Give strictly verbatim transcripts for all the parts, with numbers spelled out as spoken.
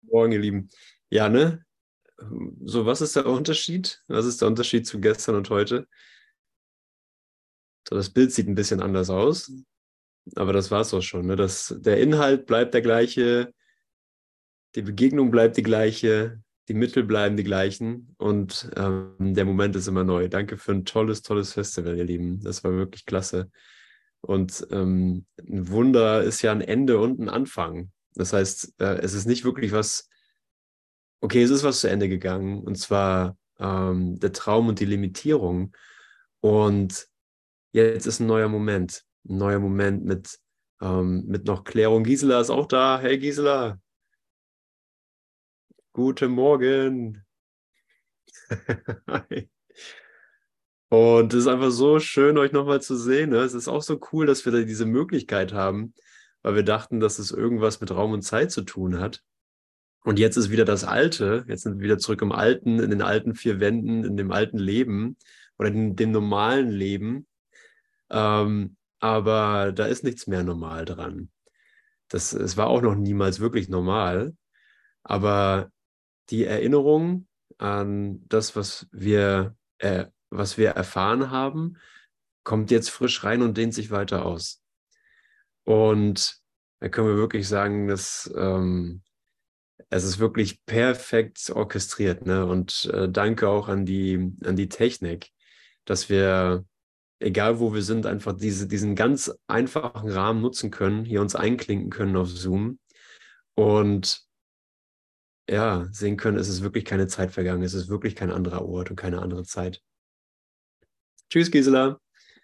Morgen, ihr Lieben. Ja, ne? So, was ist der Unterschied? Was ist der Unterschied zu gestern und heute? So, das Bild sieht ein bisschen anders aus, aber das war es auch schon, ne? Das, der Inhalt bleibt der gleiche, die Begegnung bleibt die gleiche, die Mittel bleiben die gleichen und ähm, der Moment ist immer neu. Danke für ein tolles, tolles Festival, ihr Lieben. Das war wirklich klasse. Und ähm, ein Wunder ist ja ein Ende und ein Anfang. Das heißt, äh, es ist nicht wirklich was. Okay, es ist was zu Ende gegangen, und zwar ähm, der Traum und die Limitierung. Und jetzt ist ein neuer Moment. Ein neuer Moment mit, ähm, mit noch Klärung. Gisela ist auch da. Hey Gisela, guten Morgen. Hi. Und es ist einfach so schön, euch nochmal zu sehen. Ne? Es ist auch so cool, dass wir da diese Möglichkeit haben, weil wir dachten, dass es irgendwas mit Raum und Zeit zu tun hat. Und jetzt ist wieder das Alte, jetzt sind wir wieder zurück im Alten, in den alten vier Wänden, in dem alten Leben oder in dem normalen Leben. Ähm, aber da ist nichts mehr normal dran. Das, es war auch noch niemals wirklich normal. Aber die Erinnerung an das, was wir, äh, was wir erfahren haben, kommt jetzt frisch rein und dehnt sich weiter aus. Und da können wir wirklich sagen, dass ähm, es ist wirklich perfekt orchestriert, ne? Und äh, danke auch an die, an die Technik, dass wir, egal wo wir sind, einfach diese, diesen ganz einfachen Rahmen nutzen können, hier uns einklinken können auf Zoom und ja, sehen können, es ist wirklich keine Zeit vergangen, es ist wirklich kein anderer Ort und keine andere Zeit. Tschüss, Gisela.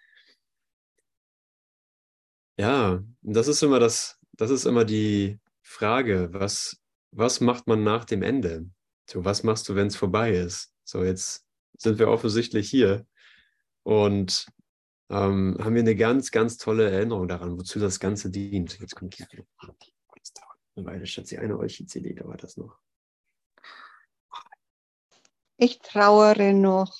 Ja, das ist immer das, das ist immer die Frage, was, was macht man nach dem Ende? So, was machst du, wenn es vorbei ist? So, jetzt sind wir offensichtlich hier und ähm, haben wir eine ganz, ganz tolle Erinnerung daran, wozu das Ganze dient. Jetzt kommt hier. Das dauert eine Weile, Schatzi, eine Euchi-C D, da war das noch. Ich trauere noch.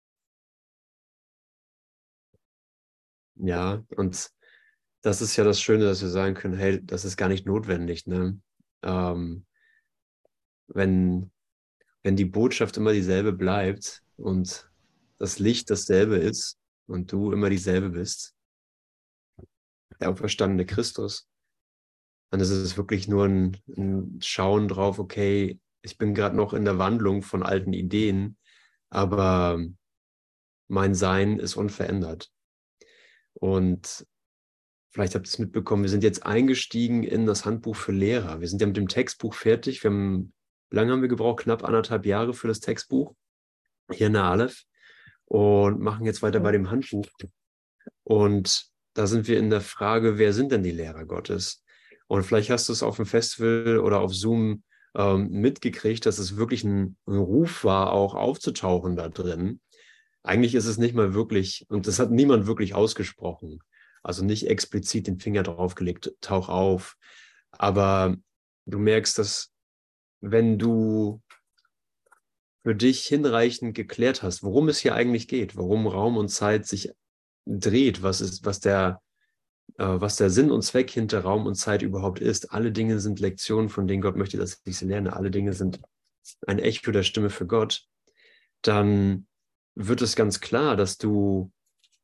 Ja, und das ist ja das Schöne, dass wir sagen können, hey, das ist gar nicht notwendig, ne? Ähm, wenn, wenn die Botschaft immer dieselbe bleibt und das Licht dasselbe ist und du immer dieselbe bist, der auferstandene Christus, dann ist es wirklich nur ein, ein Schauen drauf, okay, ich bin gerade noch in der Wandlung von alten Ideen, aber mein Sein ist unverändert. Und vielleicht habt ihr es mitbekommen, wir sind jetzt eingestiegen in das Handbuch für Lehrer. Wir sind ja mit dem Textbuch fertig. Wir haben, wie lange haben wir gebraucht? Knapp anderthalb Jahre für das Textbuch hier in der Aleph und machen jetzt weiter bei dem Handbuch. Und da sind wir in der Frage, wer sind denn die Lehrer Gottes? Und vielleicht hast du es auf dem Festival oder auf Zoom ähm, mitgekriegt, dass es wirklich ein, ein Ruf war, auch aufzutauchen da drin. Eigentlich ist es nicht mal wirklich, und das hat niemand wirklich ausgesprochen, also nicht explizit den Finger draufgelegt, tauch auf. Aber du merkst, dass wenn du für dich hinreichend geklärt hast, worum es hier eigentlich geht, worum Raum und Zeit sich dreht, was ist, was der, äh, was der Sinn und Zweck hinter Raum und Zeit überhaupt ist. Alle Dinge sind Lektionen, von denen Gott möchte, dass ich sie lerne. Alle Dinge sind ein Echo der Stimme für Gott. Dann wird es ganz klar, dass du,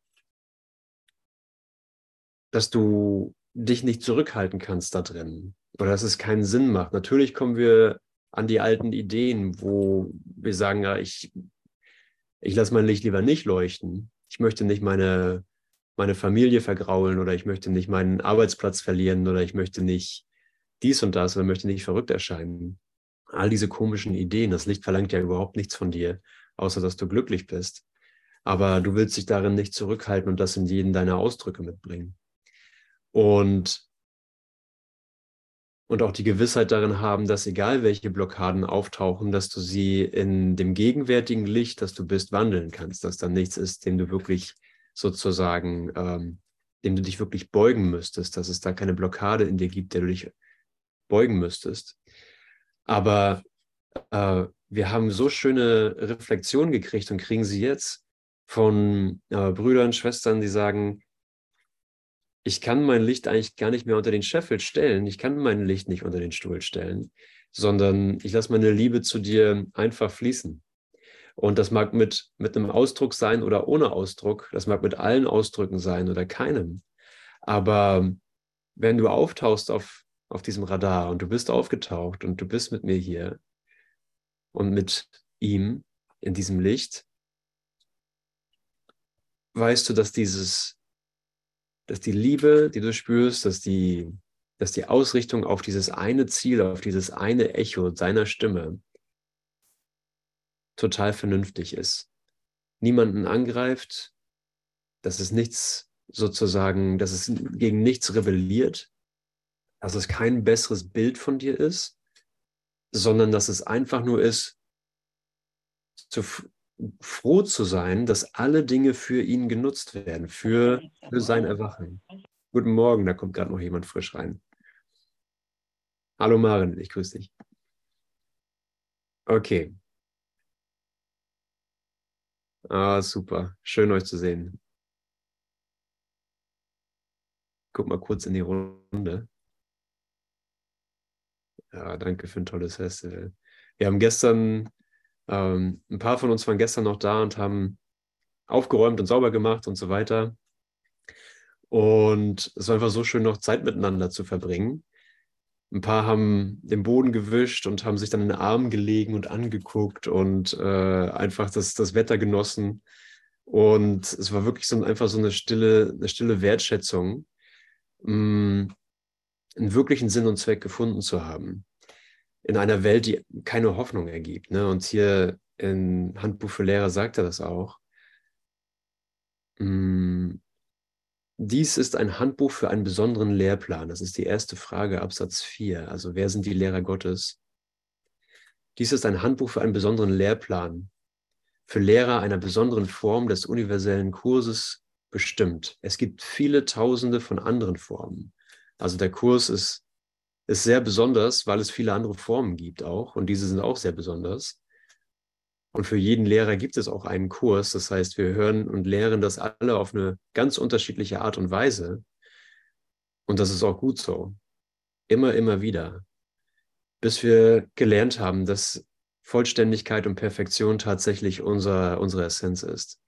dass du dich nicht zurückhalten kannst da drin oder dass es keinen Sinn macht. Natürlich kommen wir an die alten Ideen, wo wir sagen, ja, ich, ich lasse mein Licht lieber nicht leuchten. Ich möchte nicht meine, meine Familie vergraulen oder ich möchte nicht meinen Arbeitsplatz verlieren oder ich möchte nicht dies und das oder möchte nicht verrückt erscheinen. All diese komischen Ideen, das Licht verlangt ja überhaupt nichts von dir, außer dass du glücklich bist. Aber du willst dich darin nicht zurückhalten und das in jeden deiner Ausdrücke mitbringen. Und, und auch die Gewissheit darin haben, dass egal welche Blockaden auftauchen, dass du sie in dem gegenwärtigen Licht, das du bist, wandeln kannst, dass da nichts ist, dem du wirklich sozusagen, ähm, dem du dich wirklich beugen müsstest, dass es da keine Blockade in dir gibt, der du dich beugen müsstest. Aber äh, wir haben so schöne Reflexionen gekriegt und kriegen sie jetzt von äh, Brüdern, Schwestern, die sagen, ich kann mein Licht eigentlich gar nicht mehr unter den Scheffel stellen. Ich kann mein Licht nicht unter den Stuhl stellen, sondern ich lasse meine Liebe zu dir einfach fließen. Und das mag mit, mit einem Ausdruck sein oder ohne Ausdruck. Das mag mit allen Ausdrücken sein oder keinem. Aber wenn du auftauchst auf, auf diesem Radar und du bist aufgetaucht und du bist mit mir hier und mit ihm in diesem Licht, weißt du, dass dieses, dass die Liebe, die du spürst, dass die, dass die Ausrichtung auf dieses eine Ziel, auf dieses eine Echo seiner Stimme total vernünftig ist. Niemanden angreift, dass es nichts sozusagen, dass es gegen nichts rebelliert, dass es kein besseres Bild von dir ist, sondern dass es einfach nur ist, zu froh zu sein, dass alle Dinge für ihn genutzt werden, für, für sein Erwachen. Guten Morgen, da kommt gerade noch jemand frisch rein. Hallo Maren, ich grüße dich. Okay. Ah, super. Schön, euch zu sehen. Guck mal kurz in die Runde. Ja, danke für ein tolles Festival. Wir haben gestern, ähm, ein paar von uns waren gestern noch da und haben aufgeräumt und sauber gemacht und so weiter. Und es war einfach so schön, noch Zeit miteinander zu verbringen. Ein paar haben den Boden gewischt und haben sich dann in den Arm gelegen und angeguckt und äh, einfach das, das Wetter genossen. Und es war wirklich so einfach so eine stille, eine stille Wertschätzung, mh, einen wirklichen Sinn und Zweck gefunden zu haben. In einer Welt, die keine Hoffnung ergibt. Ne? Und hier in Handbuch für Lehrer sagt er das auch. Mh, Dies ist ein Handbuch für einen besonderen Lehrplan. Das ist die erste Frage, Absatz vier. Also wer sind die Lehrer Gottes? Dies ist ein Handbuch für einen besonderen Lehrplan, für Lehrer einer besonderen Form des universellen Kurses bestimmt. Es gibt viele Tausende von anderen Formen. Also der Kurs ist, ist sehr besonders, weil es viele andere Formen gibt auch. Und diese sind auch sehr besonders. Und für jeden Lehrer gibt es auch einen Kurs. Das heißt, wir hören und lehren das alle auf eine ganz unterschiedliche Art und Weise. Und das ist auch gut so. Immer, immer wieder. Bis wir gelernt haben, dass Vollständigkeit und Perfektion tatsächlich unser, unsere Essenz ist.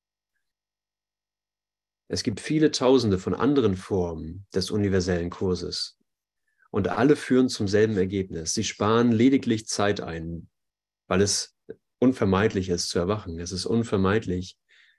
Es gibt viele Tausende von anderen Formen des universellen Kurses. Und alle führen zum selben Ergebnis. Sie sparen lediglich Zeit ein, weil es unvermeidlich ist zu erwachen. Es ist unvermeidlich,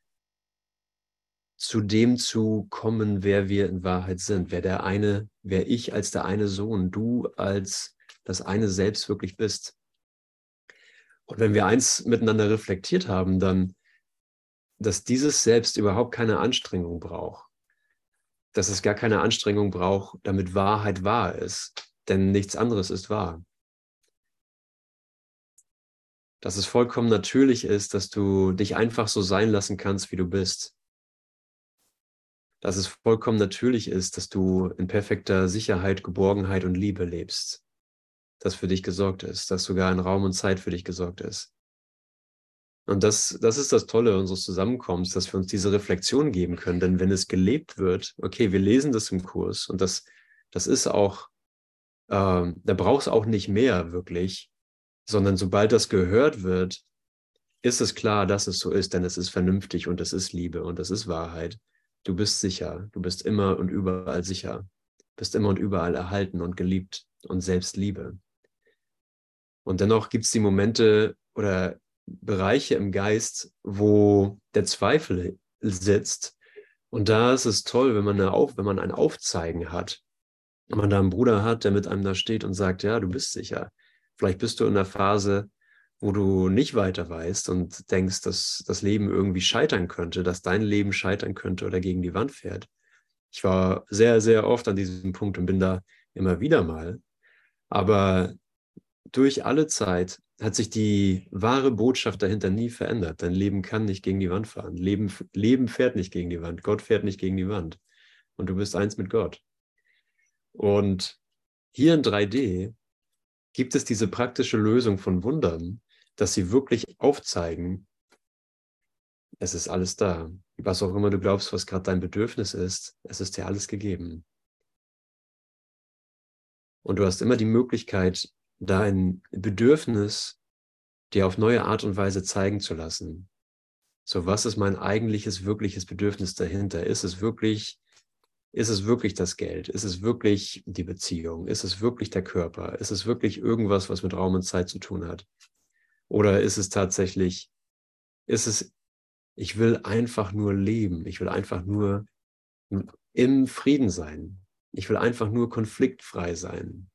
zu dem zu kommen, wer wir in Wahrheit sind, wer der eine, wer ich als der eine Sohn, du als das eine Selbst wirklich bist. Und wenn wir eins miteinander reflektiert haben, dann, dass dieses Selbst überhaupt keine Anstrengung braucht, dass es gar keine Anstrengung braucht, damit Wahrheit wahr ist, denn nichts anderes ist wahr. Dass es vollkommen natürlich ist, dass du dich einfach so sein lassen kannst, wie du bist. Dass es vollkommen natürlich ist, dass du in perfekter Sicherheit, Geborgenheit und Liebe lebst. Dass für dich gesorgt ist, dass sogar in Raum und Zeit für dich gesorgt ist. Und das, das ist das Tolle unseres Zusammenkommens, dass wir uns diese Reflexion geben können. Denn wenn es gelebt wird, okay, wir lesen das im Kurs und das, das ist auch, äh, da braucht es auch nicht mehr wirklich, sondern sobald das gehört wird, ist es klar, dass es so ist, denn es ist vernünftig und es ist Liebe und es ist Wahrheit. Du bist sicher, du bist immer und überall sicher, bist immer und überall erhalten und geliebt und selbst Liebe. Und dennoch gibt es die Momente oder Bereiche im Geist, wo der Zweifel sitzt. Und da ist es toll, wenn man, eine Auf, wenn man ein Aufzeigen hat. Wenn man da einen Bruder hat, der mit einem da steht und sagt, ja, du bist sicher. Vielleicht bist du in einer Phase, wo du nicht weiter weißt und denkst, dass das Leben irgendwie scheitern könnte, dass dein Leben scheitern könnte oder gegen die Wand fährt. Ich war sehr, sehr oft an diesem Punkt und bin da immer wieder mal. Aber durch alle Zeit hat sich die wahre Botschaft dahinter nie verändert. Dein Leben kann nicht gegen die Wand fahren. Leben, Leben fährt nicht gegen die Wand. Gott fährt nicht gegen die Wand. Und du bist eins mit Gott. Und hier in drei D gibt es diese praktische Lösung von Wundern, dass sie wirklich aufzeigen, es ist alles da. Was auch immer du glaubst, was gerade dein Bedürfnis ist, es ist dir alles gegeben. Und du hast immer die Möglichkeit, dein Bedürfnis dir auf neue Art und Weise zeigen zu lassen. So, was ist mein eigentliches, wirkliches Bedürfnis dahinter? Ist es wirklich, ist es wirklich das Geld? Ist es wirklich die Beziehung? Ist es wirklich der Körper? Ist es wirklich irgendwas, was mit Raum und Zeit zu tun hat? Oder ist es tatsächlich, ist es, ich will einfach nur leben. Ich will einfach nur im Frieden sein. Ich will einfach nur konfliktfrei sein.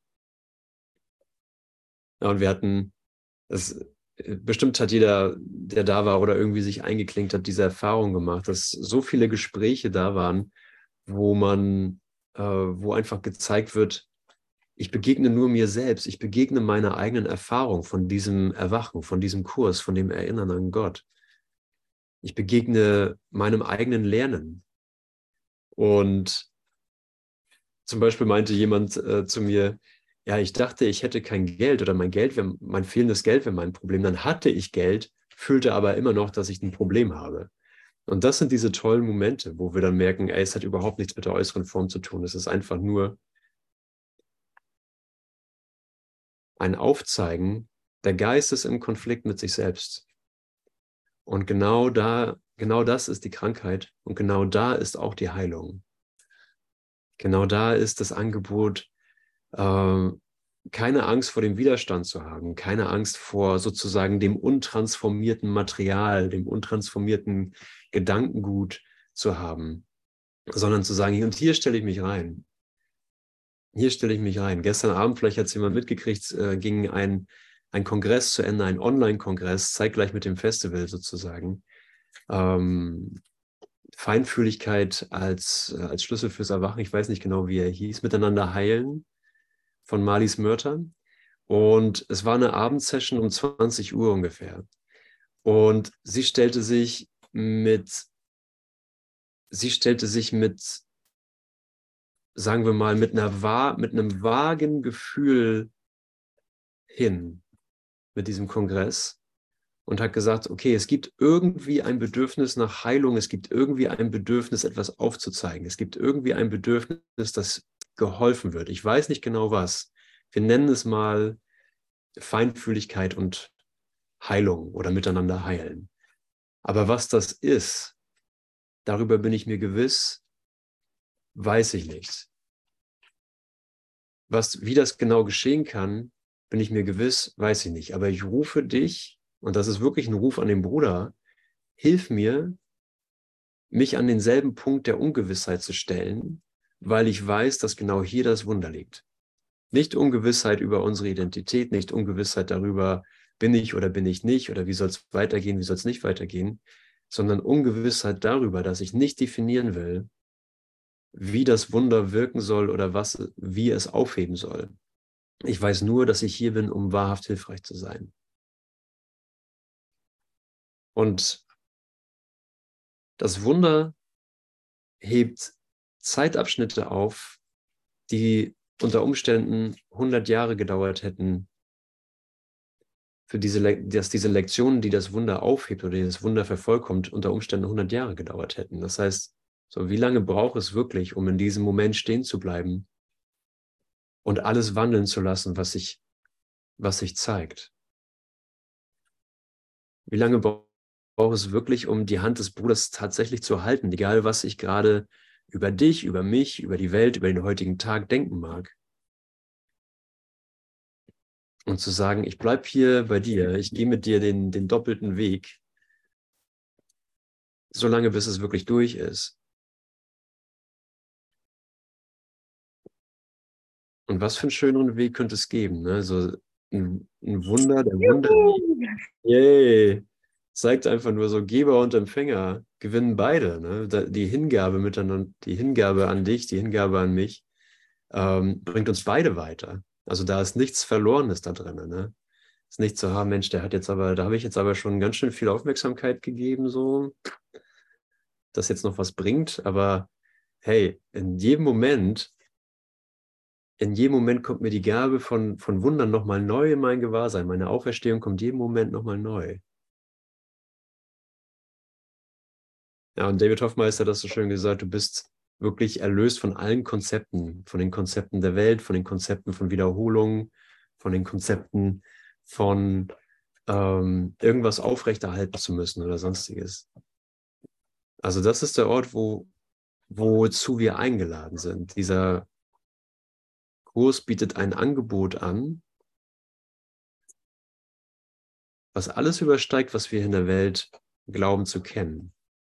Ja, und wir hatten, das, bestimmt hat jeder, der da war oder irgendwie sich eingeklinkt hat, diese Erfahrung gemacht, dass so viele Gespräche da waren, wo man, äh, wo einfach gezeigt wird, ich begegne nur mir selbst, ich begegne meiner eigenen Erfahrung von diesem Erwachen, von diesem Kurs, von dem Erinnern an Gott. Ich begegne meinem eigenen Lernen. Und zum Beispiel meinte jemand äh, zu mir, ja, ich dachte, ich hätte kein Geld oder mein Geld, wär, mein fehlendes Geld wäre mein Problem. Dann hatte ich Geld, fühlte aber immer noch, dass ich ein Problem habe. Und das sind diese tollen Momente, wo wir dann merken, ey, es hat überhaupt nichts mit der äußeren Form zu tun. Es ist einfach nur ein Aufzeigen, der Geist ist im Konflikt mit sich selbst. Und genau da, genau das ist die Krankheit und genau da ist auch die Heilung. Genau da ist das Angebot, äh, keine Angst vor dem Widerstand zu haben, keine Angst vor sozusagen dem untransformierten Material, dem untransformierten Gedankengut zu haben, sondern zu sagen, und hier stelle ich mich rein. Hier stelle ich mich rein. Gestern Abend, vielleicht hat es jemand mitgekriegt, äh, ging ein, ein Kongress zu Ende, ein Online-Kongress, zeitgleich mit dem Festival sozusagen. Ähm, Feinfühligkeit als, äh, als Schlüssel fürs Erwachen, ich weiß nicht genau, wie er hieß, Miteinander heilen von Marlies Mörter. Und es war eine Abendsession um zwanzig Uhr ungefähr. Und sie stellte sich mit, sie stellte sich mit, sagen wir mal, mit, einer, mit einem vagen Gefühl hin mit diesem Kongress und hat gesagt, okay, es gibt irgendwie ein Bedürfnis nach Heilung, es gibt irgendwie ein Bedürfnis, etwas aufzuzeigen, es gibt irgendwie ein Bedürfnis, das geholfen wird. Ich weiß nicht genau was. Wir nennen es mal Feinfühligkeit und Heilung oder miteinander heilen. Aber was das ist, darüber bin ich mir gewiss, weiß ich nicht. Was, wie das genau geschehen kann, bin ich mir gewiss, weiß ich nicht. Aber ich rufe dich, und das ist wirklich ein Ruf an den Bruder, hilf mir, mich an denselben Punkt der Ungewissheit zu stellen, weil ich weiß, dass genau hier das Wunder liegt. Nicht Ungewissheit über unsere Identität, nicht Ungewissheit darüber, bin ich oder bin ich nicht oder wie soll es weitergehen, wie soll es nicht weitergehen, sondern Ungewissheit darüber, dass ich nicht definieren will, wie das Wunder wirken soll oder was, wie es aufheben soll. Ich weiß nur, dass ich hier bin, um wahrhaft hilfreich zu sein. Und das Wunder hebt Zeitabschnitte auf, die unter Umständen hundert Jahre gedauert hätten, für diese, dass diese Lektionen, die das Wunder aufhebt oder die das Wunder vervollkommt, unter Umständen hundert Jahre gedauert hätten. Das heißt, so wie lange braucht es wirklich, um in diesem Moment stehen zu bleiben und alles wandeln zu lassen, was sich, was sich zeigt? Wie lange braucht es wirklich, um die Hand des Bruders tatsächlich zu halten, egal was ich gerade über dich, über mich, über die Welt, über den heutigen Tag denken mag? Und zu sagen, ich bleibe hier bei dir, ich gehe mit dir den, den doppelten Weg, solange bis es wirklich durch ist. Und was für einen schöneren Weg könnte es geben? Ne? So ein, ein Wunder, der Wunderweg. Yay! Zeigt einfach nur so, Geber und Empfänger gewinnen beide. Ne? Die Hingabe miteinander, die Hingabe an dich, die Hingabe an mich, ähm, bringt uns beide weiter. Also da ist nichts Verlorenes da drin. Ne? Ist nicht so, ah Mensch, der hat jetzt aber, da habe ich jetzt aber schon ganz schön viel Aufmerksamkeit gegeben, so, dass jetzt noch was bringt. Aber hey, in jedem Moment in jedem Moment kommt mir die Gabe von, von Wundern nochmal neu in mein Gewahrsein. Meine Auferstehung kommt jeden Moment nochmal neu. Ja, und David Hoffmeister hat das so schön gesagt, du bist, wirklich erlöst von allen Konzepten, von den Konzepten der Welt, von den Konzepten von Wiederholung, von den Konzepten von ähm, irgendwas aufrechterhalten zu müssen oder sonstiges. Also das ist der Ort, wo, wozu wir eingeladen sind. Dieser Kurs bietet ein Angebot an, was alles übersteigt, was wir in der Welt glauben zu kennen.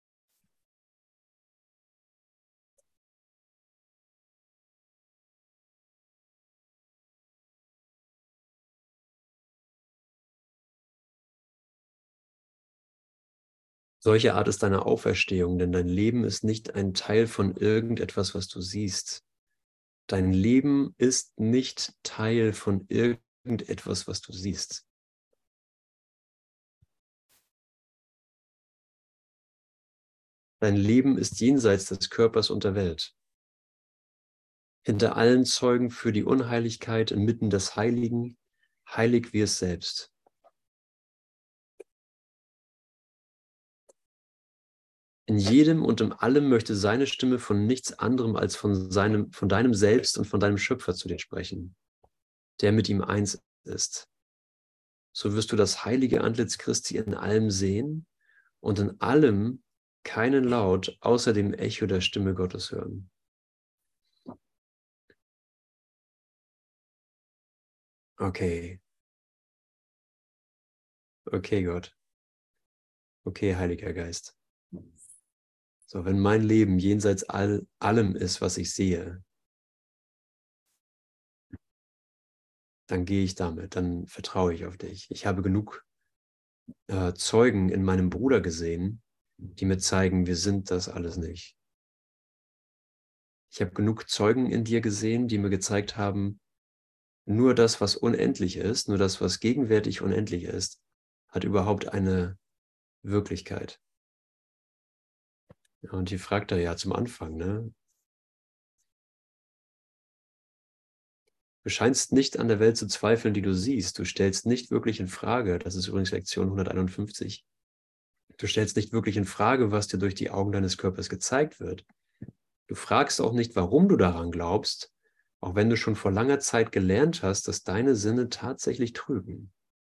Solche Art ist deine Auferstehung, denn dein Leben ist nicht ein Teil von irgendetwas, was du siehst. Dein Leben ist nicht Teil von irgendetwas, was du siehst. Dein Leben ist jenseits des Körpers und der Welt. Hinter allen Zeugen für die Unheiligkeit inmitten des Heiligen, heilig wie es selbst. In jedem und in allem möchte seine Stimme von nichts anderem als von, seinem, von deinem Selbst und von deinem Schöpfer zu dir sprechen, der mit ihm eins ist. So wirst du das heilige Antlitz Christi in allem sehen und in allem keinen Laut außer dem Echo der Stimme Gottes hören. Okay. Okay, Gott. Okay, Heiliger Geist. So, wenn mein Leben jenseits all, allem ist, was ich sehe, dann gehe ich damit, dann vertraue ich auf dich. Ich habe genug äh, Zeugen in meinem Bruder gesehen, die mir zeigen, wir sind das alles nicht. Ich habe genug Zeugen in dir gesehen, die mir gezeigt haben, nur das, was unendlich ist, nur das, was gegenwärtig unendlich ist, hat überhaupt eine Wirklichkeit. Ja, und die fragt er ja zum Anfang, ne? Du scheinst nicht an der Welt zu zweifeln, die du siehst. Du stellst nicht wirklich in Frage, das ist übrigens Lektion hunderteinundfünfzig, du stellst nicht wirklich in Frage, was dir durch die Augen deines Körpers gezeigt wird. Du fragst auch nicht, warum du daran glaubst, auch wenn du schon vor langer Zeit gelernt hast, dass deine Sinne tatsächlich trügen.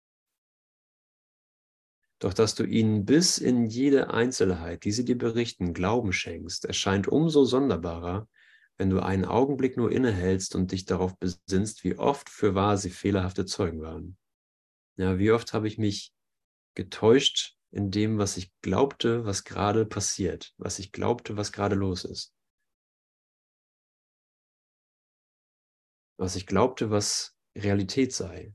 Doch dass du ihnen bis in jede Einzelheit, die sie dir berichten, Glauben schenkst, erscheint umso sonderbarer, wenn du einen Augenblick nur innehältst und dich darauf besinnst, wie oft fürwahr sie fehlerhafte Zeugen waren. Ja, wie oft habe ich mich getäuscht in dem, was ich glaubte, was gerade passiert, was ich glaubte, was gerade los ist. Was ich glaubte, was Realität sei.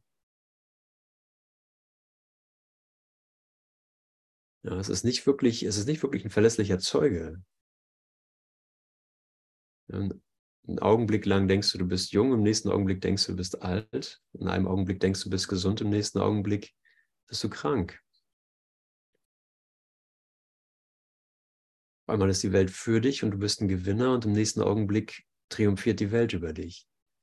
Ja, es ist nicht wirklich, es ist nicht wirklich ein verlässlicher Zeuge. Einen Augenblick lang denkst du, du bist jung, im nächsten Augenblick denkst du, du bist alt, in einem Augenblick denkst du, du bist gesund, im nächsten Augenblick bist du krank. Einmal ist die Welt für dich und du bist ein Gewinner und im nächsten Augenblick triumphiert die Welt über dich.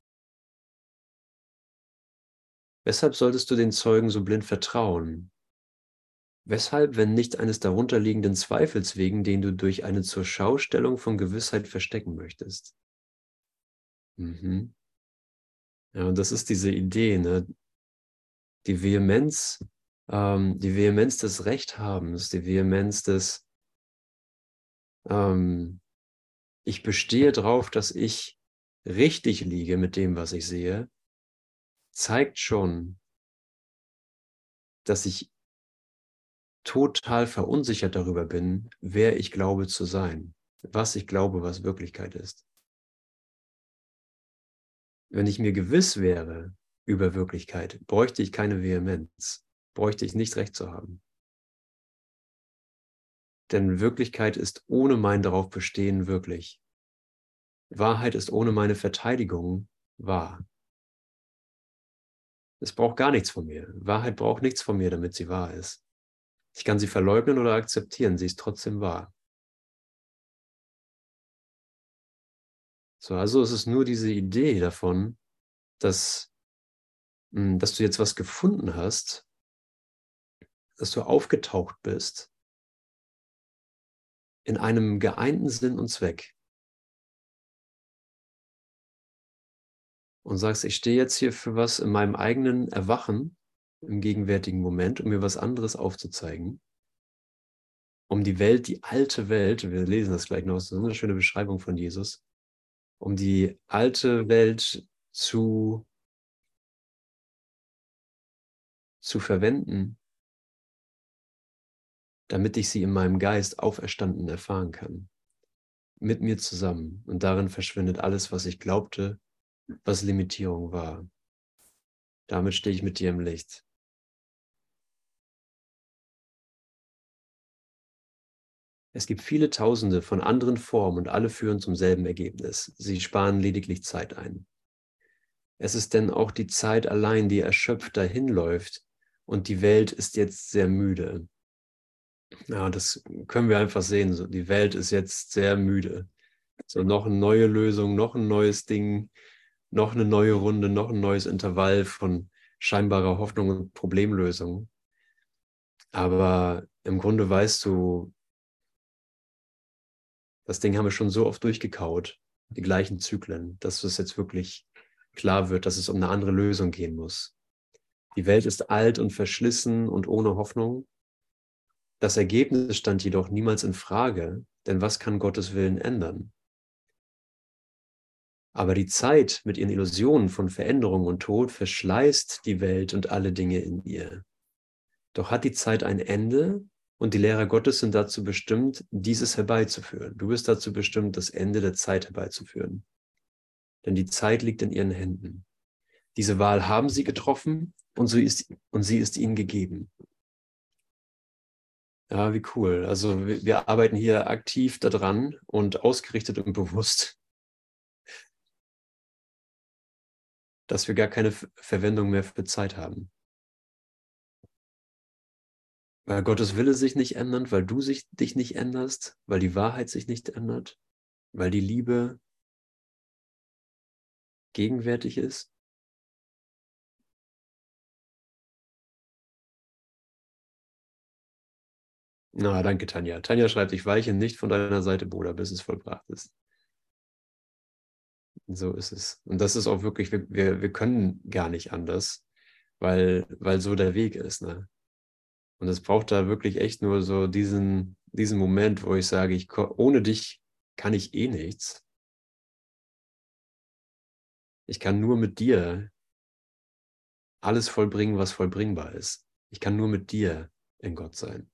Weshalb solltest du den Zeugen so blind vertrauen? Weshalb, wenn nicht eines darunterliegenden Zweifels wegen, den du durch eine Zurschaustellung von Gewissheit verstecken möchtest? Mhm. Ja, und das ist diese Idee, ne? Die Vehemenz, ähm, die Vehemenz des Rechthabens, die Vehemenz des, ähm, ich bestehe darauf, dass ich richtig liege mit dem, was ich sehe, zeigt schon, dass ich total verunsichert darüber bin, wer ich glaube zu sein, was ich glaube, was Wirklichkeit ist. Wenn ich mir gewiss wäre über Wirklichkeit, bräuchte ich keine Vehemenz, bräuchte ich nicht recht zu haben. Denn Wirklichkeit ist ohne mein darauf bestehen wirklich. Wahrheit ist ohne meine Verteidigung wahr. Es braucht gar nichts von mir. Wahrheit braucht nichts von mir, damit sie wahr ist. Ich kann sie verleugnen oder akzeptieren, sie ist trotzdem wahr. So, also es ist nur diese Idee davon, dass, dass du jetzt was gefunden hast, dass du aufgetaucht bist in einem geeinten Sinn und Zweck. und sagst, ich stehe jetzt hier für was in meinem eigenen Erwachen im gegenwärtigen Moment, um mir was anderes aufzuzeigen, um die Welt, die alte Welt, wir lesen das gleich noch, das ist so eine schöne Beschreibung von Jesus, um die alte Welt zu, zu verwenden, damit ich sie in meinem Geist auferstanden erfahren kann. Mit mir zusammen. Und darin verschwindet alles, was ich glaubte, was Limitierung war. Damit stehe ich mit dir im Licht. Es gibt viele Tausende von anderen Formen und alle führen zum selben Ergebnis. Sie sparen lediglich Zeit ein. Es ist denn auch die Zeit allein, die erschöpft dahinläuft, und die Welt ist jetzt sehr müde. Ja, das können wir einfach sehen. So, die Welt ist jetzt sehr müde. So, noch eine neue Lösung, noch ein neues Ding, noch eine neue Runde, noch ein neues Intervall von scheinbarer Hoffnung und Problemlösung. Aber im Grunde weißt du, das Ding haben wir schon so oft durchgekaut, die gleichen Zyklen, dass es jetzt wirklich klar wird, dass es um eine andere Lösung gehen muss. Die Welt ist alt und verschlissen und ohne Hoffnung. Das Ergebnis stand jedoch niemals in Frage, denn was kann Gottes Willen ändern? Aber die Zeit mit ihren Illusionen von Veränderung und Tod verschleißt die Welt und alle Dinge in ihr. Doch hat die Zeit ein Ende, und die Lehrer Gottes sind dazu bestimmt, dieses herbeizuführen. Du bist dazu bestimmt, das Ende der Zeit herbeizuführen. Denn die Zeit liegt in ihren Händen. Diese Wahl haben sie getroffen, und sie ist, und sie ist ihnen gegeben. Ja, wie cool. Also wir, wir arbeiten hier aktiv daran und ausgerichtet und bewusst, dass wir gar keine Verwendung mehr für Zeit haben. Weil Gottes Wille sich nicht ändert, weil du sich, dich nicht änderst, weil die Wahrheit sich nicht ändert, weil die Liebe gegenwärtig ist. Na, danke, Tanja. Tanja schreibt, ich weiche nicht von deiner Seite, Bruder, bis es vollbracht ist. So ist es. Und das ist auch wirklich, wir, wir, wir können gar nicht anders, weil, weil so der Weg ist. Ne? Und es braucht da wirklich echt nur so diesen, diesen Moment, wo ich sage, ich, ohne dich kann ich eh nichts. Ich kann nur mit dir alles vollbringen, was vollbringbar ist. Ich kann nur mit dir in Gott sein.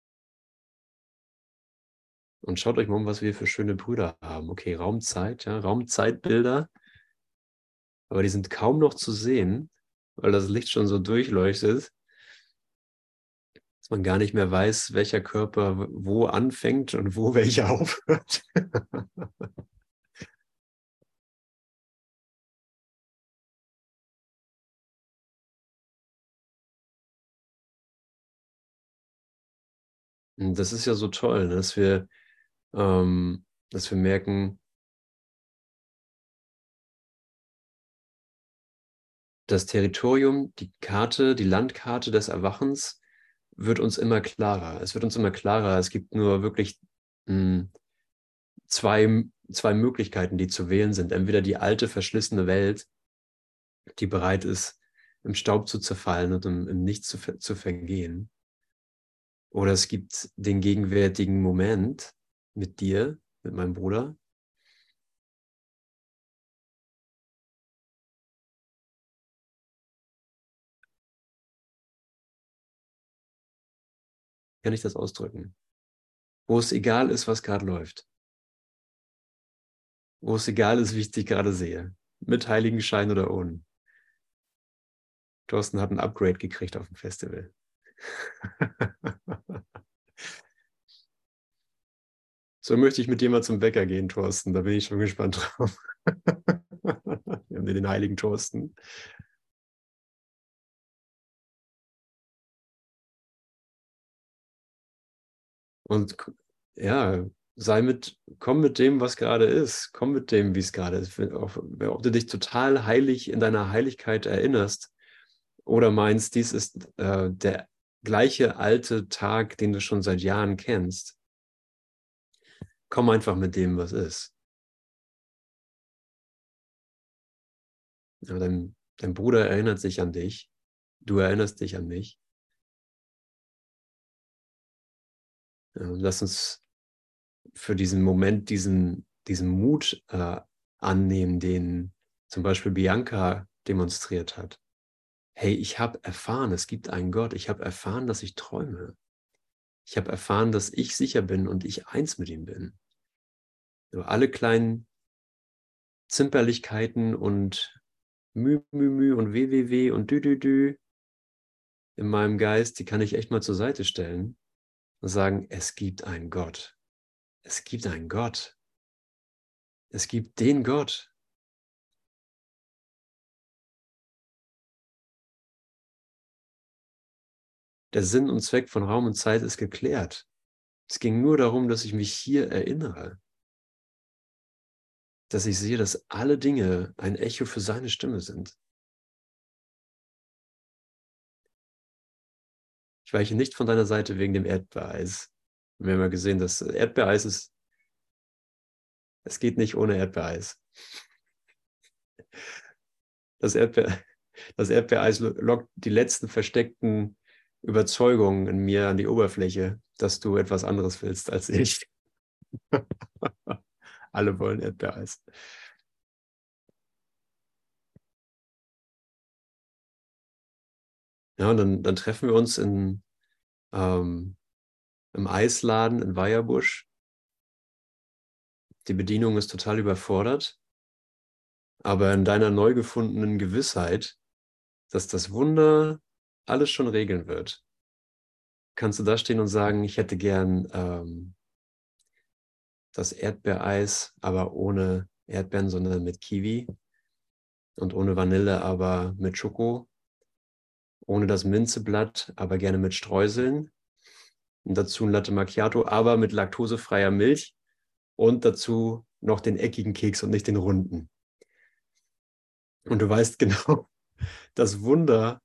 Und schaut euch mal um, was wir für schöne Brüder haben. Okay, Raumzeit, ja, Raumzeitbilder, aber die sind kaum noch zu sehen, weil das Licht schon so durchleuchtet, dass man gar nicht mehr weiß, welcher Körper wo anfängt und wo welcher aufhört. Und das ist ja so toll, dass wir, ähm, dass wir merken, das Territorium, die Karte, die Landkarte des Erwachens wird uns immer klarer. Es wird uns immer klarer. Es gibt nur wirklich mh, zwei, zwei Möglichkeiten, die zu wählen sind. Entweder die alte, verschlissene Welt, die bereit ist, im Staub zu zerfallen und im, im Nichts zu, zu vergehen. Oder es gibt den gegenwärtigen Moment mit dir, mit meinem Bruder. Kann ich das ausdrücken? Wo es egal ist, was gerade läuft. Wo es egal ist, wie ich dich gerade sehe. Mit Heiligenschein oder ohne. Thorsten hat ein Upgrade gekriegt auf dem Festival. So möchte ich mit dir mal zum Bäcker gehen, Thorsten. Da bin ich schon gespannt drauf. Wir haben den heiligen Thorsten. Und ja, sei mit, komm mit dem, was gerade ist. Komm mit dem, wie es gerade ist. Ob, ob du dich total heilig in deiner Heiligkeit erinnerst oder meinst, dies ist äh, der gleiche alte Tag, den du schon seit Jahren kennst. Komm einfach mit dem, was ist. Ja, dein, dein Bruder erinnert sich an dich. Du erinnerst dich an mich. Ja, lass uns für diesen Moment diesen, diesen Mut äh, annehmen, den zum Beispiel Bianca demonstriert hat. Hey, ich habe erfahren, es gibt einen Gott. Ich habe erfahren, dass ich träume. Ich habe erfahren, dass ich sicher bin und ich eins mit ihm bin. So, alle kleinen Zimperlichkeiten und Mü, Mü, Mü und Weh, Weh, Weh und Dü, Dü, Dü in meinem Geist, die kann ich echt mal zur Seite stellen und sagen, es gibt einen Gott. Es gibt einen Gott. Es gibt den Gott. Der Sinn und Zweck von Raum und Zeit ist geklärt. Es ging nur darum, dass ich mich hier erinnere. Dass ich sehe, dass alle Dinge ein Echo für seine Stimme sind. Ich weiche nicht von deiner Seite wegen dem Erdbeereis. Wir haben ja gesehen, dass Erdbeereis ist, es geht nicht ohne Erdbeereis. Das, Erdbeer, das Erdbeereis lockt die letzten versteckten Überzeugungen in mir an die Oberfläche, dass du etwas anderes willst als ich. Alle wollen Erdbeereis. Ja, und dann, dann treffen wir uns in, ähm, im Eisladen in Weierbusch. Die Bedienung ist total überfordert, aber in deiner neu gefundenen Gewissheit, dass das Wunder alles schon regeln wird, kannst du da stehen und sagen, ich hätte gern ähm, das Erdbeereis, aber ohne Erdbeeren, sondern mit Kiwi und ohne Vanille, aber mit Schoko, ohne das Minzeblatt, aber gerne mit Streuseln und dazu ein Latte Macchiato, aber mit laktosefreier Milch und dazu noch den eckigen Keks und nicht den runden. Und du weißt genau, das Wunder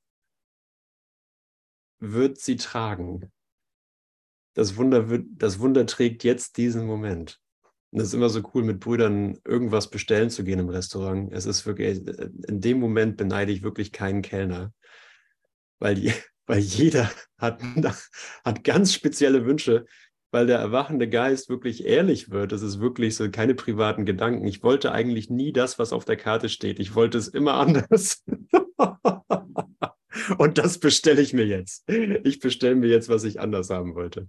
wird sie tragen. Das Wunder, wird, das Wunder trägt jetzt diesen Moment. Und es ist immer so cool, mit Brüdern irgendwas bestellen zu gehen im Restaurant. Es ist wirklich, in dem Moment beneide ich wirklich keinen Kellner, weil, die, weil jeder hat, hat ganz spezielle Wünsche, weil der erwachende Geist wirklich ehrlich wird. Es ist wirklich so keine privaten Gedanken. Ich wollte eigentlich nie das, was auf der Karte steht. Ich wollte es immer anders. Und das bestelle ich mir jetzt. Ich bestelle mir jetzt, was ich anders haben wollte.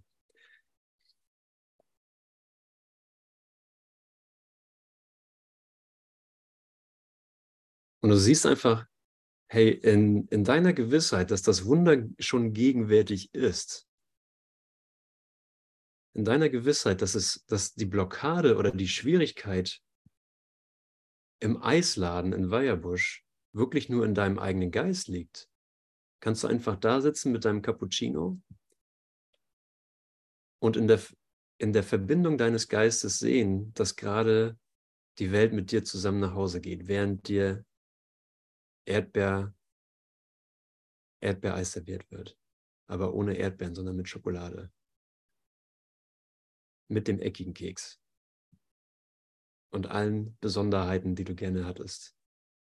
Und du siehst einfach, hey, in, in deiner Gewissheit, dass das Wunder schon gegenwärtig ist, in deiner Gewissheit, dass, es, dass die Blockade oder die Schwierigkeit im Eisladen in Weierbusch wirklich nur in deinem eigenen Geist liegt, kannst du einfach da sitzen mit deinem Cappuccino und in der, in der Verbindung deines Geistes sehen, dass gerade die Welt mit dir zusammen nach Hause geht, während dir Erdbeer, Erdbeereis serviert wird. Aber ohne Erdbeeren, sondern mit Schokolade. Mit dem eckigen Keks. Und allen Besonderheiten, die du gerne hattest.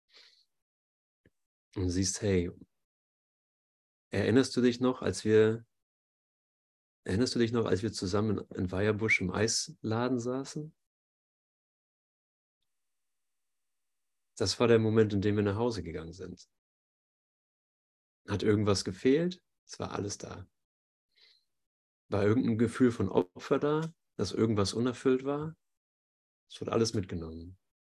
Und siehst, hey, erinnerst du dich noch, als wir, erinnerst du dich noch, als wir zusammen in Weierbusch im Eisladen saßen? Das war der Moment, in dem wir nach Hause gegangen sind. Hat irgendwas gefehlt? Es war alles da. War irgendein Gefühl von Opfer da, dass irgendwas unerfüllt war? Es wurde alles mitgenommen.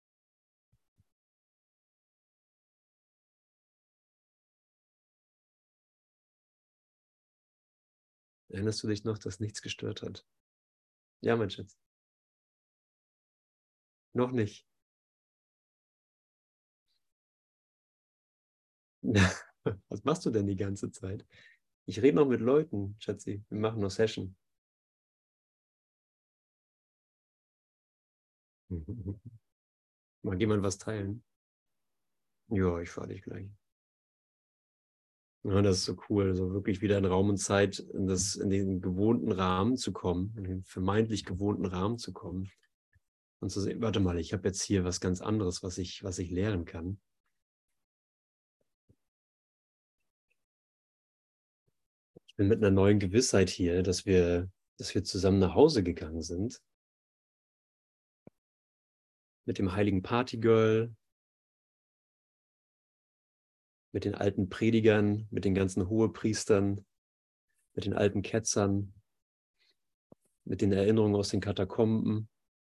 Erinnerst du dich noch, dass nichts gestört hat? Ja, mein Schatz. Noch nicht. Was machst du denn die ganze Zeit? Ich rede noch mit Leuten, Schatzi. Wir machen noch Session. Mag jemand was teilen? Ja, ich fahre dich gleich. Ja, das ist so cool, so wirklich wieder in Raum und Zeit in, das, in den gewohnten Rahmen zu kommen, in den vermeintlich gewohnten Rahmen zu kommen und zu sehen, warte mal, ich habe jetzt hier was ganz anderes, was ich, was ich lehren kann. bin mit einer neuen Gewissheit hier, dass wir, dass wir zusammen nach Hause gegangen sind. Mit dem heiligen Partygirl, mit den alten Predigern, mit den ganzen Hohepriestern, mit den alten Ketzern, mit den Erinnerungen aus den Katakomben,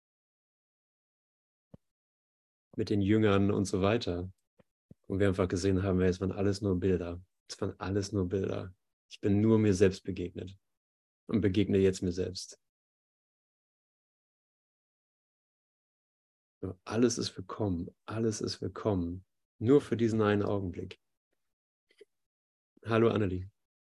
mit den Jüngern und so weiter. Und wir einfach gesehen haben, es waren alles nur Bilder. Es waren alles nur Bilder. Ich bin nur mir selbst begegnet und begegne jetzt mir selbst. Alles ist willkommen, alles ist willkommen. Nur für diesen einen Augenblick. Hallo Annelie.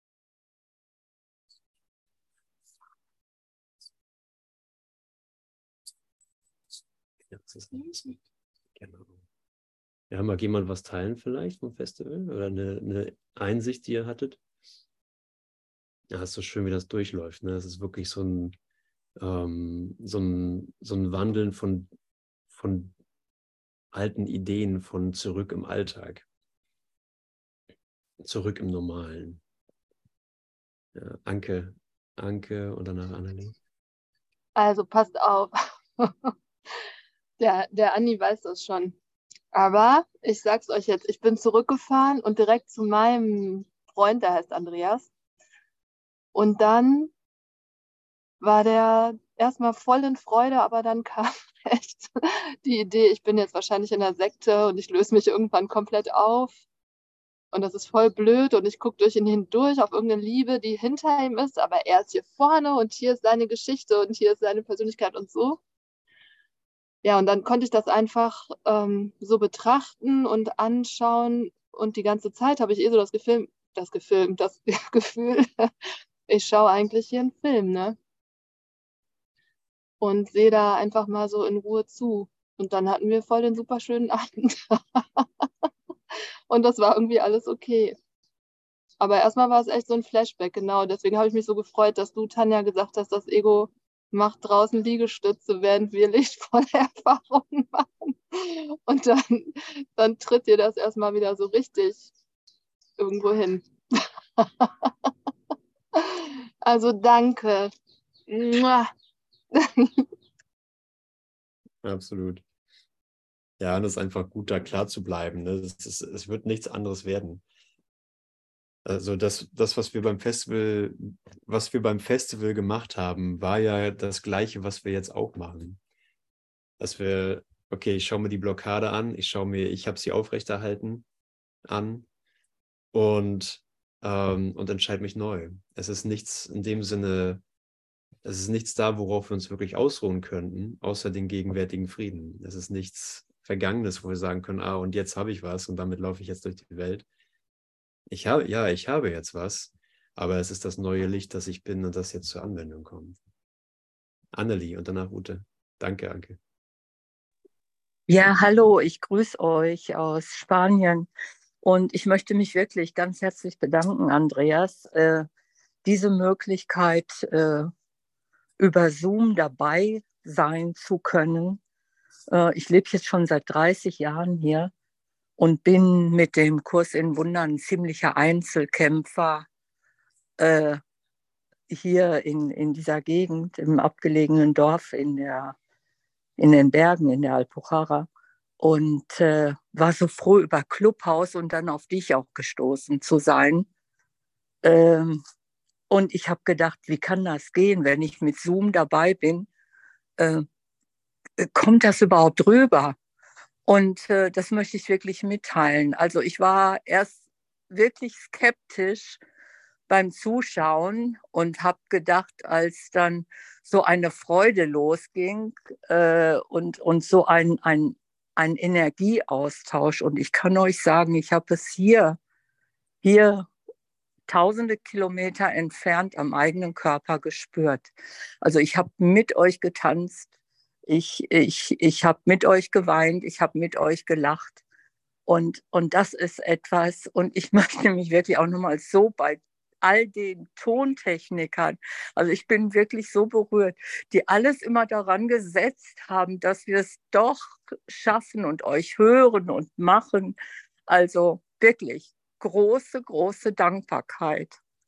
Ja, das ist genau. Ja, mag jemand was teilen vielleicht vom Festival? Oder eine, eine Einsicht, die ihr hattet? Ja, ist so schön, wie das durchläuft. Ne? Es ist wirklich so ein, ähm, so ein, so ein Wandeln von, von alten Ideen, von zurück im Alltag. Zurück im Normalen. Ja, Anke, Anke und danach Annelie. Also passt auf. Der, der Andi weiß das schon. Aber ich sag's euch jetzt, ich bin zurückgefahren und direkt zu meinem Freund, der heißt Andreas. Und dann war der erstmal voll in Freude, aber dann kam echt die Idee, ich bin jetzt wahrscheinlich in der Sekte und ich löse mich irgendwann komplett auf. Und das ist voll blöd und ich gucke durch ihn hindurch auf irgendeine Liebe, die hinter ihm ist, aber er ist hier vorne und hier ist seine Geschichte und hier ist seine Persönlichkeit und so. Ja, und dann konnte ich das einfach ähm, so betrachten und anschauen und die ganze Zeit habe ich eh so das Gefühl, das Gefühl, das Gefühl, ich schaue eigentlich hier einen Film, ne? Und sehe da einfach mal so in Ruhe zu. Und dann hatten wir voll den super schönen Abend. Und das war irgendwie alles okay. Aber erstmal war es echt so ein Flashback, genau. Deswegen habe ich mich so gefreut, dass du, Tanja, gesagt hast, das Ego macht draußen Liegestütze, während wir lichtvolle Erfahrungen machen. Und dann, dann tritt dir das erstmal wieder so richtig irgendwo hin. Also danke. Absolut. Ja, und es ist einfach gut, da klar zu bleiben. Ne? Es, ist, es wird nichts anderes werden. Also das, das, was wir beim Festival, was wir beim Festival gemacht haben, war ja das Gleiche, was wir jetzt auch machen. Dass wir, okay, ich schaue mir die Blockade an, ich schaue mir, ich habe sie aufrechterhalten an und, ähm, und entscheide mich neu. Es ist nichts in dem Sinne, es ist nichts da, worauf wir uns wirklich ausruhen könnten, außer den gegenwärtigen Frieden. Es ist nichts Vergangenes, wo wir sagen können, ah, und jetzt habe ich was und damit laufe ich jetzt durch die Welt. Ich habe, ja, ich habe jetzt was, aber es ist das neue Licht, das ich bin und das jetzt zur Anwendung kommt. Annelie und danach Ute. Danke, Anke. Ja, hallo, ich grüße euch aus Spanien und ich möchte mich wirklich ganz herzlich bedanken, Andreas, äh, diese Möglichkeit, äh, über Zoom dabei sein zu können. Äh, ich lebe jetzt schon seit dreißig Jahren hier und bin mit dem Kurs in Wundern ein ziemlicher Einzelkämpfer äh, hier in, in dieser Gegend, im abgelegenen Dorf in, der, in den Bergen, in der Alpujarra. Und äh, war so froh, über Clubhouse und dann auf dich auch gestoßen zu sein. Ähm, und ich habe gedacht, wie kann das gehen, wenn ich mit Zoom dabei bin? Äh, kommt das überhaupt rüber? Und äh, das möchte ich wirklich mitteilen. Also ich war erst wirklich skeptisch beim Zuschauen und habe gedacht, als dann so eine Freude losging äh, und, und so ein, ein, ein Energieaustausch. Und ich kann euch sagen, ich habe es hier, hier tausende Kilometer entfernt am eigenen Körper gespürt. Also ich habe mit euch getanzt, ich, ich, ich habe mit euch geweint, ich habe mit euch gelacht. Und, und das ist etwas, und ich möchte mich wirklich auch nochmal so bei all den Tontechnikern, also ich bin wirklich so berührt, die alles immer daran gesetzt haben, dass wir es doch schaffen und euch hören und machen. Also wirklich große, große Dankbarkeit.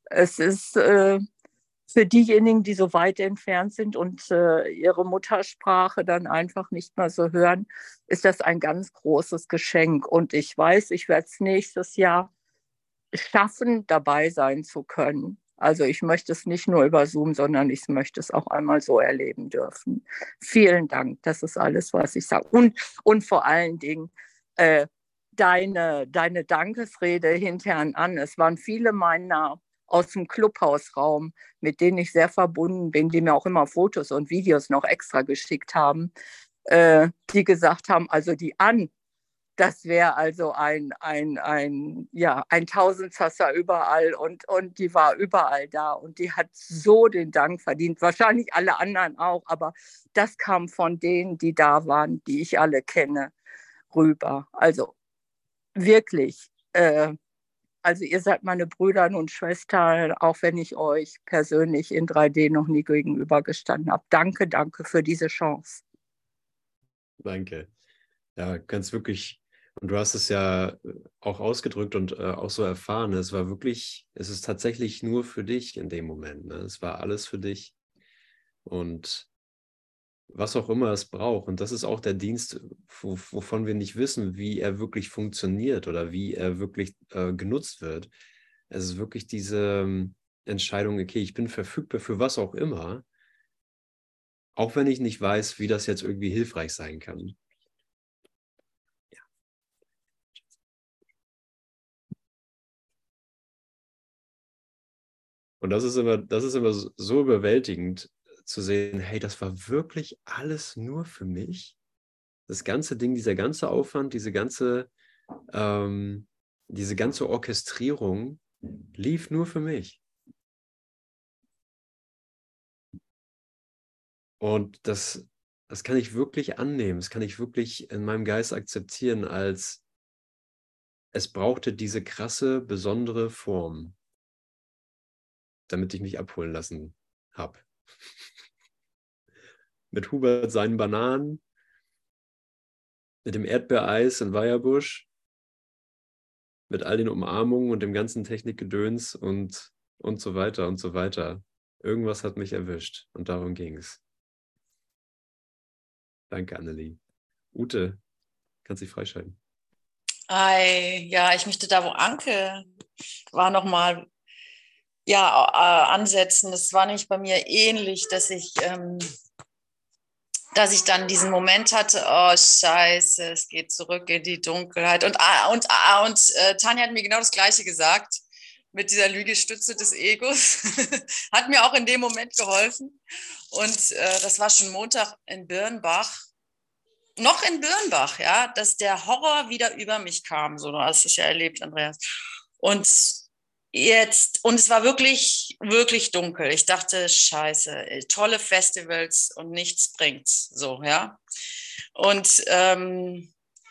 Es ist äh, für diejenigen, die so weit entfernt sind und äh, ihre Muttersprache dann einfach nicht mehr so hören, ist das ein ganz großes Geschenk. Und ich weiß, ich werde es nächstes Jahr schaffen, dabei sein zu können. Also ich möchte es nicht nur über Zoom, sondern ich möchte es auch einmal so erleben dürfen. Vielen Dank, das ist alles, was ich sage. Und, und vor allen Dingen äh, deine, deine Dankesrede hinterher an. Es waren viele meiner aus dem Clubhausraum, mit denen ich sehr verbunden bin, die mir auch immer Fotos und Videos noch extra geschickt haben, äh, die gesagt haben, also die An, das wäre also ein, ein, ein, ja, ein Tausendsasser überall und, und die war überall da und die hat so den Dank verdient. Wahrscheinlich alle anderen auch, aber das kam von denen, die da waren, die ich alle kenne, rüber. Also wirklich, äh, also ihr seid meine Brüder und Schwestern, auch wenn ich euch persönlich in drei D noch nie gegenübergestanden habe. Danke, danke für diese Chance. Danke. Ja, ganz wirklich. Und du hast es ja auch ausgedrückt und äh, auch so erfahren. Es war wirklich, es ist tatsächlich nur für dich in dem Moment. Ne? Es war alles für dich. Und was auch immer es braucht. Und das ist auch der Dienst, wo, wovon wir nicht wissen, wie er wirklich funktioniert oder wie er wirklich äh, genutzt wird. Es ist wirklich diese ähm, Entscheidung, okay, ich bin verfügbar für was auch immer, auch wenn ich nicht weiß, wie das jetzt irgendwie hilfreich sein kann. Und das ist immer, das ist immer so überwältigend zu sehen, hey, das war wirklich alles nur für mich. Das ganze Ding, dieser ganze Aufwand, diese ganze, ähm, diese ganze Orchestrierung lief nur für mich. Und das, das kann ich wirklich annehmen, das kann ich wirklich in meinem Geist akzeptieren, als es brauchte diese krasse, besondere Form, damit ich mich abholen lassen habe. Mit Hubert seinen Bananen, mit dem Erdbeereis in Weierbusch, mit all den Umarmungen und dem ganzen Technikgedöns und, und so weiter und so weiter. Irgendwas hat mich erwischt und darum ging es. Danke, Annelie. Ute, kannst dich freischalten. Ei, ja, ich möchte da, wo Anke war, nochmal ja, äh, ansetzen. Das war nämlich bei mir ähnlich, dass ich, ähm, dass ich dann diesen Moment hatte, oh Scheiße, es geht zurück in die Dunkelheit. Und, und, und, und äh, Tanja hat mir genau das Gleiche gesagt, mit dieser Lügestütze des Egos. Hat mir auch in dem Moment geholfen. Und äh, das war schon Montag in Birnbach. Noch in Birnbach, ja, dass der Horror wieder über mich kam. So, du hast es ja erlebt, Andreas. Und jetzt, und es war wirklich, wirklich dunkel. Ich dachte, scheiße, tolle Festivals und nichts bringt's. So, ja. Und ähm,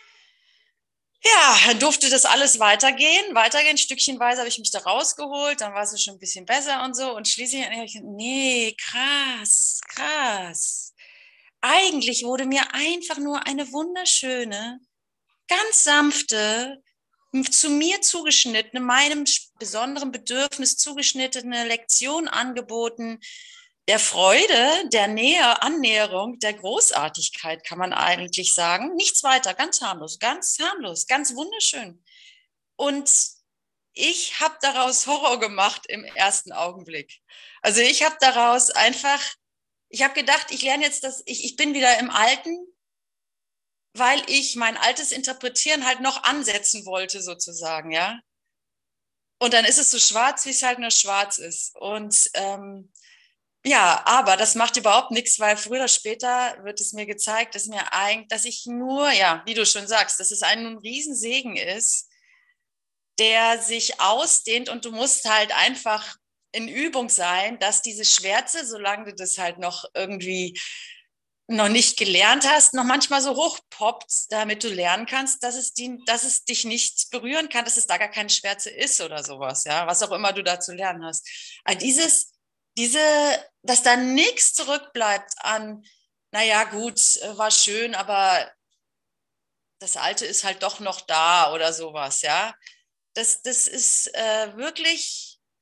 ja, dann durfte das alles weitergehen. Weitergehen, stückchenweise habe ich mich da rausgeholt. Dann war es schon ein bisschen besser und so. Und schließlich habe ich gedacht, nee, krass, krass. Eigentlich wurde mir einfach nur eine wunderschöne, ganz sanfte, zu mir zugeschnittene, meinem besonderen Bedürfnis zugeschnittene Lektion angeboten, der Freude, der Nähe, Annäherung, der Großartigkeit, kann man eigentlich sagen. Nichts weiter, ganz harmlos, ganz harmlos, ganz wunderschön. Und ich habe daraus Horror gemacht im ersten Augenblick. Also ich habe daraus einfach Ich habe gedacht, ich lerne jetzt das, ich, ich bin wieder im Alten, weil ich mein altes Interpretieren halt noch ansetzen wollte, sozusagen, ja. Und dann ist es so schwarz, wie es halt nur schwarz ist. Und ähm, ja, aber das macht überhaupt nichts, weil früher oder später wird es mir gezeigt, dass mir eigentlich, dass ich nur, ja, wie du schon sagst, dass es ein Riesensegen ist, der sich ausdehnt und du musst halt einfach in Übung sein, dass diese Schwärze, solange du das halt noch irgendwie noch nicht gelernt hast, noch manchmal so hochpoppt, damit du lernen kannst, dass es, die, dass es dich nicht berühren kann, dass es da gar keine Schwärze ist oder sowas, ja, was auch immer du da zu lernen hast. Also dieses, diese, dass da nichts zurückbleibt an, naja, gut, war schön, aber das Alte ist halt doch noch da oder sowas, ja. Das, das ist äh, wirklich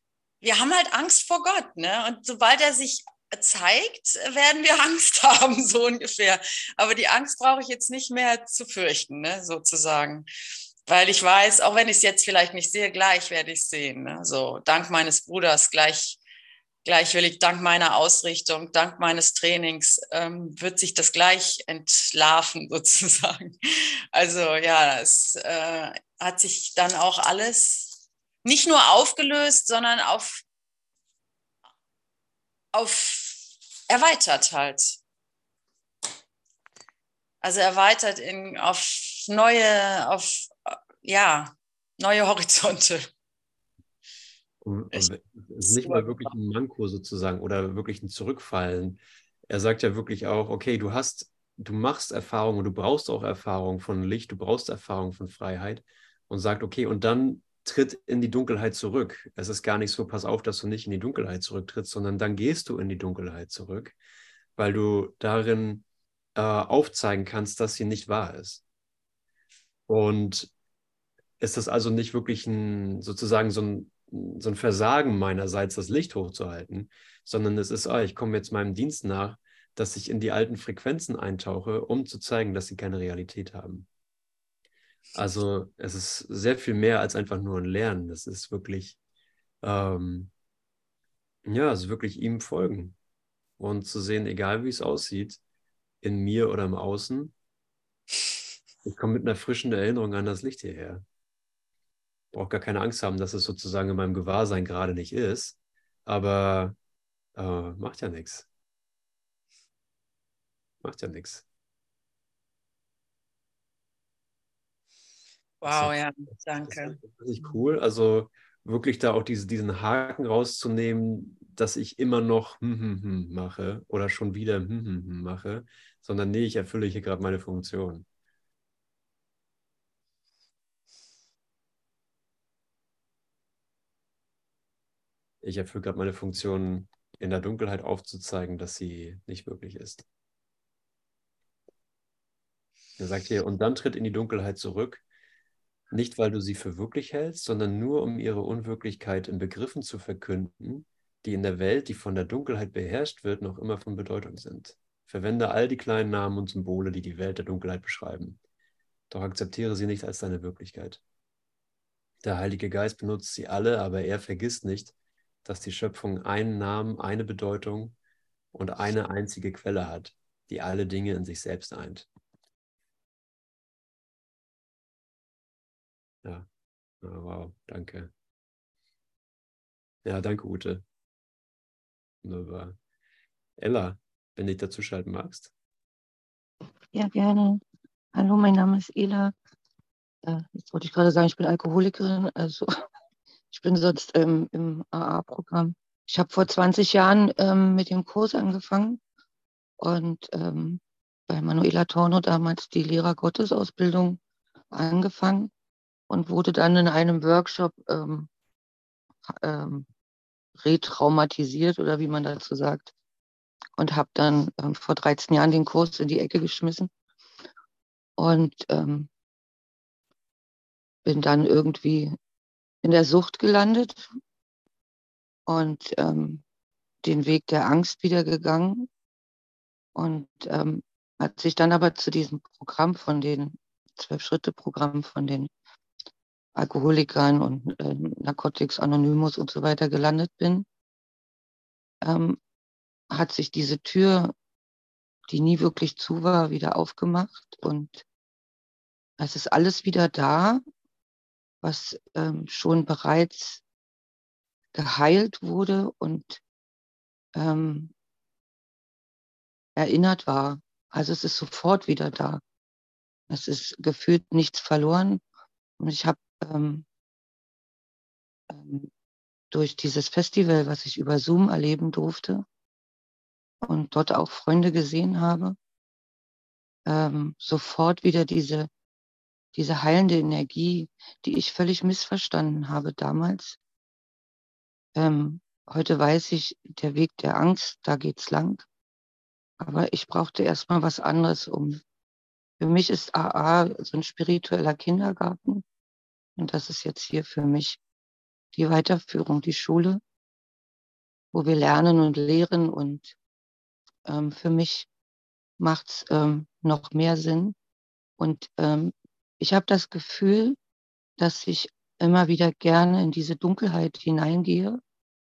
wir haben halt Angst vor Gott, ne? Und sobald er sich zeigt, werden wir Angst haben, so ungefähr. Aber die Angst brauche ich jetzt nicht mehr zu fürchten, ne? Sozusagen. Weil ich weiß, auch wenn ich es jetzt vielleicht nicht sehe, gleich werde ich es sehen. Ne? So, dank meines Bruders, gleich, gleich will ich, dank meiner Ausrichtung, dank meines Trainings, ähm, wird sich das gleich entlarven, sozusagen. Also ja, es äh, hat sich dann auch alles nicht nur aufgelöst, sondern auf, auf erweitert halt. Also erweitert in, auf neue, auf ja, neue Horizonte. Und, und es ist nicht mal wirklich ein Manko sozusagen oder wirklich ein Zurückfallen. Er sagt ja wirklich auch, okay, du hast, du machst Erfahrung und du brauchst auch Erfahrung von Licht, du brauchst Erfahrung von Freiheit und sagt, okay, und dann tritt in die Dunkelheit zurück. Es ist gar nicht so, pass auf, dass du nicht in die Dunkelheit zurücktrittst, sondern dann gehst du in die Dunkelheit zurück, weil du darin äh, aufzeigen kannst, dass sie nicht wahr ist. Und ist das also nicht wirklich ein, sozusagen so ein, so ein Versagen meinerseits, das Licht hochzuhalten, sondern es ist, ah, ich komme jetzt meinem Dienst nach, dass ich in die alten Frequenzen eintauche, um zu zeigen, dass sie keine Realität haben. Also es ist sehr viel mehr als einfach nur ein Lernen. Das ist wirklich, ähm, ja, es ist wirklich ihm folgen und zu sehen, egal wie es aussieht, in mir oder im Außen, ich komme mit einer frischen Erinnerung an das Licht hierher. Brauche gar keine Angst haben, dass es sozusagen in meinem Gewahrsein gerade nicht ist. Aber äh, macht ja nichts. Macht ja nichts. Wow, ja, danke. Das ist richtig cool. Also wirklich da auch diese, diesen Haken rauszunehmen, dass ich immer noch hm, hm, hm mache oder schon wieder hm, hm, hm mache, sondern nee, ich erfülle hier gerade meine Funktion. Ich erfülle gerade meine Funktion, in der Dunkelheit aufzuzeigen, dass sie nicht wirklich ist. Er sagt hier, und dann tritt in die Dunkelheit zurück, nicht weil du sie für wirklich hältst, sondern nur um ihre Unwirklichkeit in Begriffen zu verkünden, die in der Welt, die von der Dunkelheit beherrscht wird, noch immer von Bedeutung sind. Verwende all die kleinen Namen und Symbole, die die Welt der Dunkelheit beschreiben. Doch akzeptiere sie nicht als deine Wirklichkeit. Der Heilige Geist benutzt sie alle, aber er vergisst nicht, dass die Schöpfung einen Namen, eine Bedeutung und eine einzige Quelle hat, die alle Dinge in sich selbst eint. Ja, oh, wow, danke. Ja, danke, Ute. Wunderbar. Ella, wenn du dich dazu schalten magst. Ja, gerne. Hallo, mein Name ist Ela. Äh, jetzt wollte ich gerade sagen, ich bin Alkoholikerin. Also ich bin sonst ähm, im A A-Programm. Ich habe vor zwanzig Jahren ähm, mit dem Kurs angefangen und ähm, bei Manuela Torno damals die Lehrer-Gottes-Ausbildung angefangen und wurde dann in einem Workshop ähm, ähm, retraumatisiert oder wie man dazu sagt und habe dann ähm, vor dreizehn Jahren den Kurs in die Ecke geschmissen und ähm, bin dann irgendwie in der Sucht gelandet und ähm, den Weg der Angst wieder gegangen und ähm, hat sich dann aber zu diesem Programm von den Zwölf-Schritte-Programm von den Alkoholikern und äh, Narcotics Anonymous und so weiter gelandet bin, ähm, hat sich diese Tür, die nie wirklich zu war, wieder aufgemacht und es ist alles wieder da, was ähm, schon bereits geheilt wurde und ähm, erinnert war. Also es ist sofort wieder da. Es ist gefühlt nichts verloren. Und ich habe ähm, ähm, durch dieses Festival, was ich über Zoom erleben durfte und dort auch Freunde gesehen habe, ähm, sofort wieder diese, diese heilende Energie, die ich völlig missverstanden habe damals. Ähm, heute weiß ich, der Weg der Angst, da geht's lang. Aber ich brauchte erstmal was anderes, um. Für mich ist A A so ein spiritueller Kindergarten. Und das ist jetzt hier für mich die Weiterführung, die Schule. wo wir lernen und lehren. Und ähm, für mich macht es ähm, noch mehr Sinn. Und ähm, ich habe das Gefühl, dass ich immer wieder gerne in diese Dunkelheit hineingehe.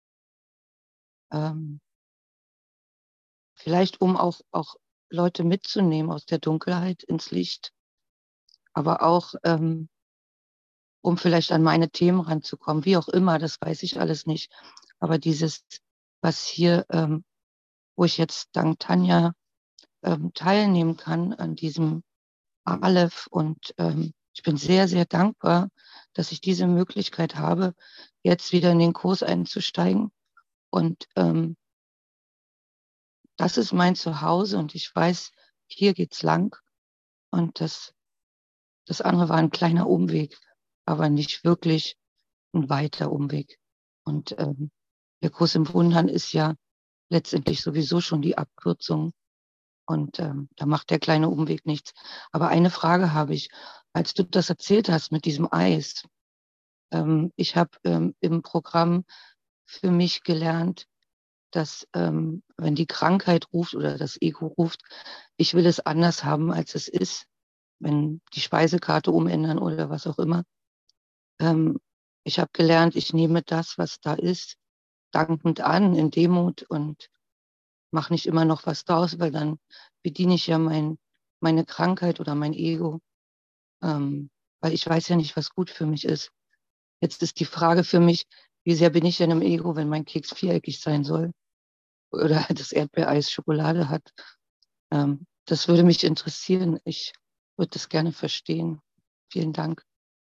Ähm, vielleicht um auch, auch Leute mitzunehmen aus der Dunkelheit ins Licht, aber auch ähm, um vielleicht an meine Themen ranzukommen, wie auch immer, das weiß ich alles nicht. Aber dieses, was hier, ähm, wo ich jetzt dank Tanja ähm, teilnehmen kann an diesem Aleph, und ähm, ich bin sehr, sehr dankbar, dass ich diese Möglichkeit habe, jetzt wieder in den Kurs einzusteigen. Und ähm, das ist mein Zuhause und ich weiß, hier geht's lang. Und das, das andere war ein kleiner Umweg, aber nicht wirklich ein weiter Umweg. Und ähm, der Kurs im Wundern ist ja letztendlich sowieso schon die Abkürzung. Und ähm, da macht der kleine Umweg nichts. Aber eine Frage habe ich. Als du das erzählt hast mit diesem Eis, ähm, ich habe ähm, im Programm für mich gelernt, dass ähm, wenn die Krankheit ruft oder das Ego ruft, ich will es anders haben, als es ist, wenn die Speisekarte umändern oder was auch immer. Ähm, ich habe gelernt, ich nehme das, was da ist, dankend an, in Demut, und mache nicht immer noch was draus, weil dann bediene ich ja mein, meine Krankheit oder mein Ego, ähm, weil ich weiß ja nicht, was gut für mich ist. Jetzt ist die Frage für mich, wie sehr bin ich denn im Ego, wenn mein Keks viereckig sein soll oder das Erdbeereis Schokolade hat. Ähm, das würde mich interessieren. Ich würde das gerne verstehen. Vielen Dank.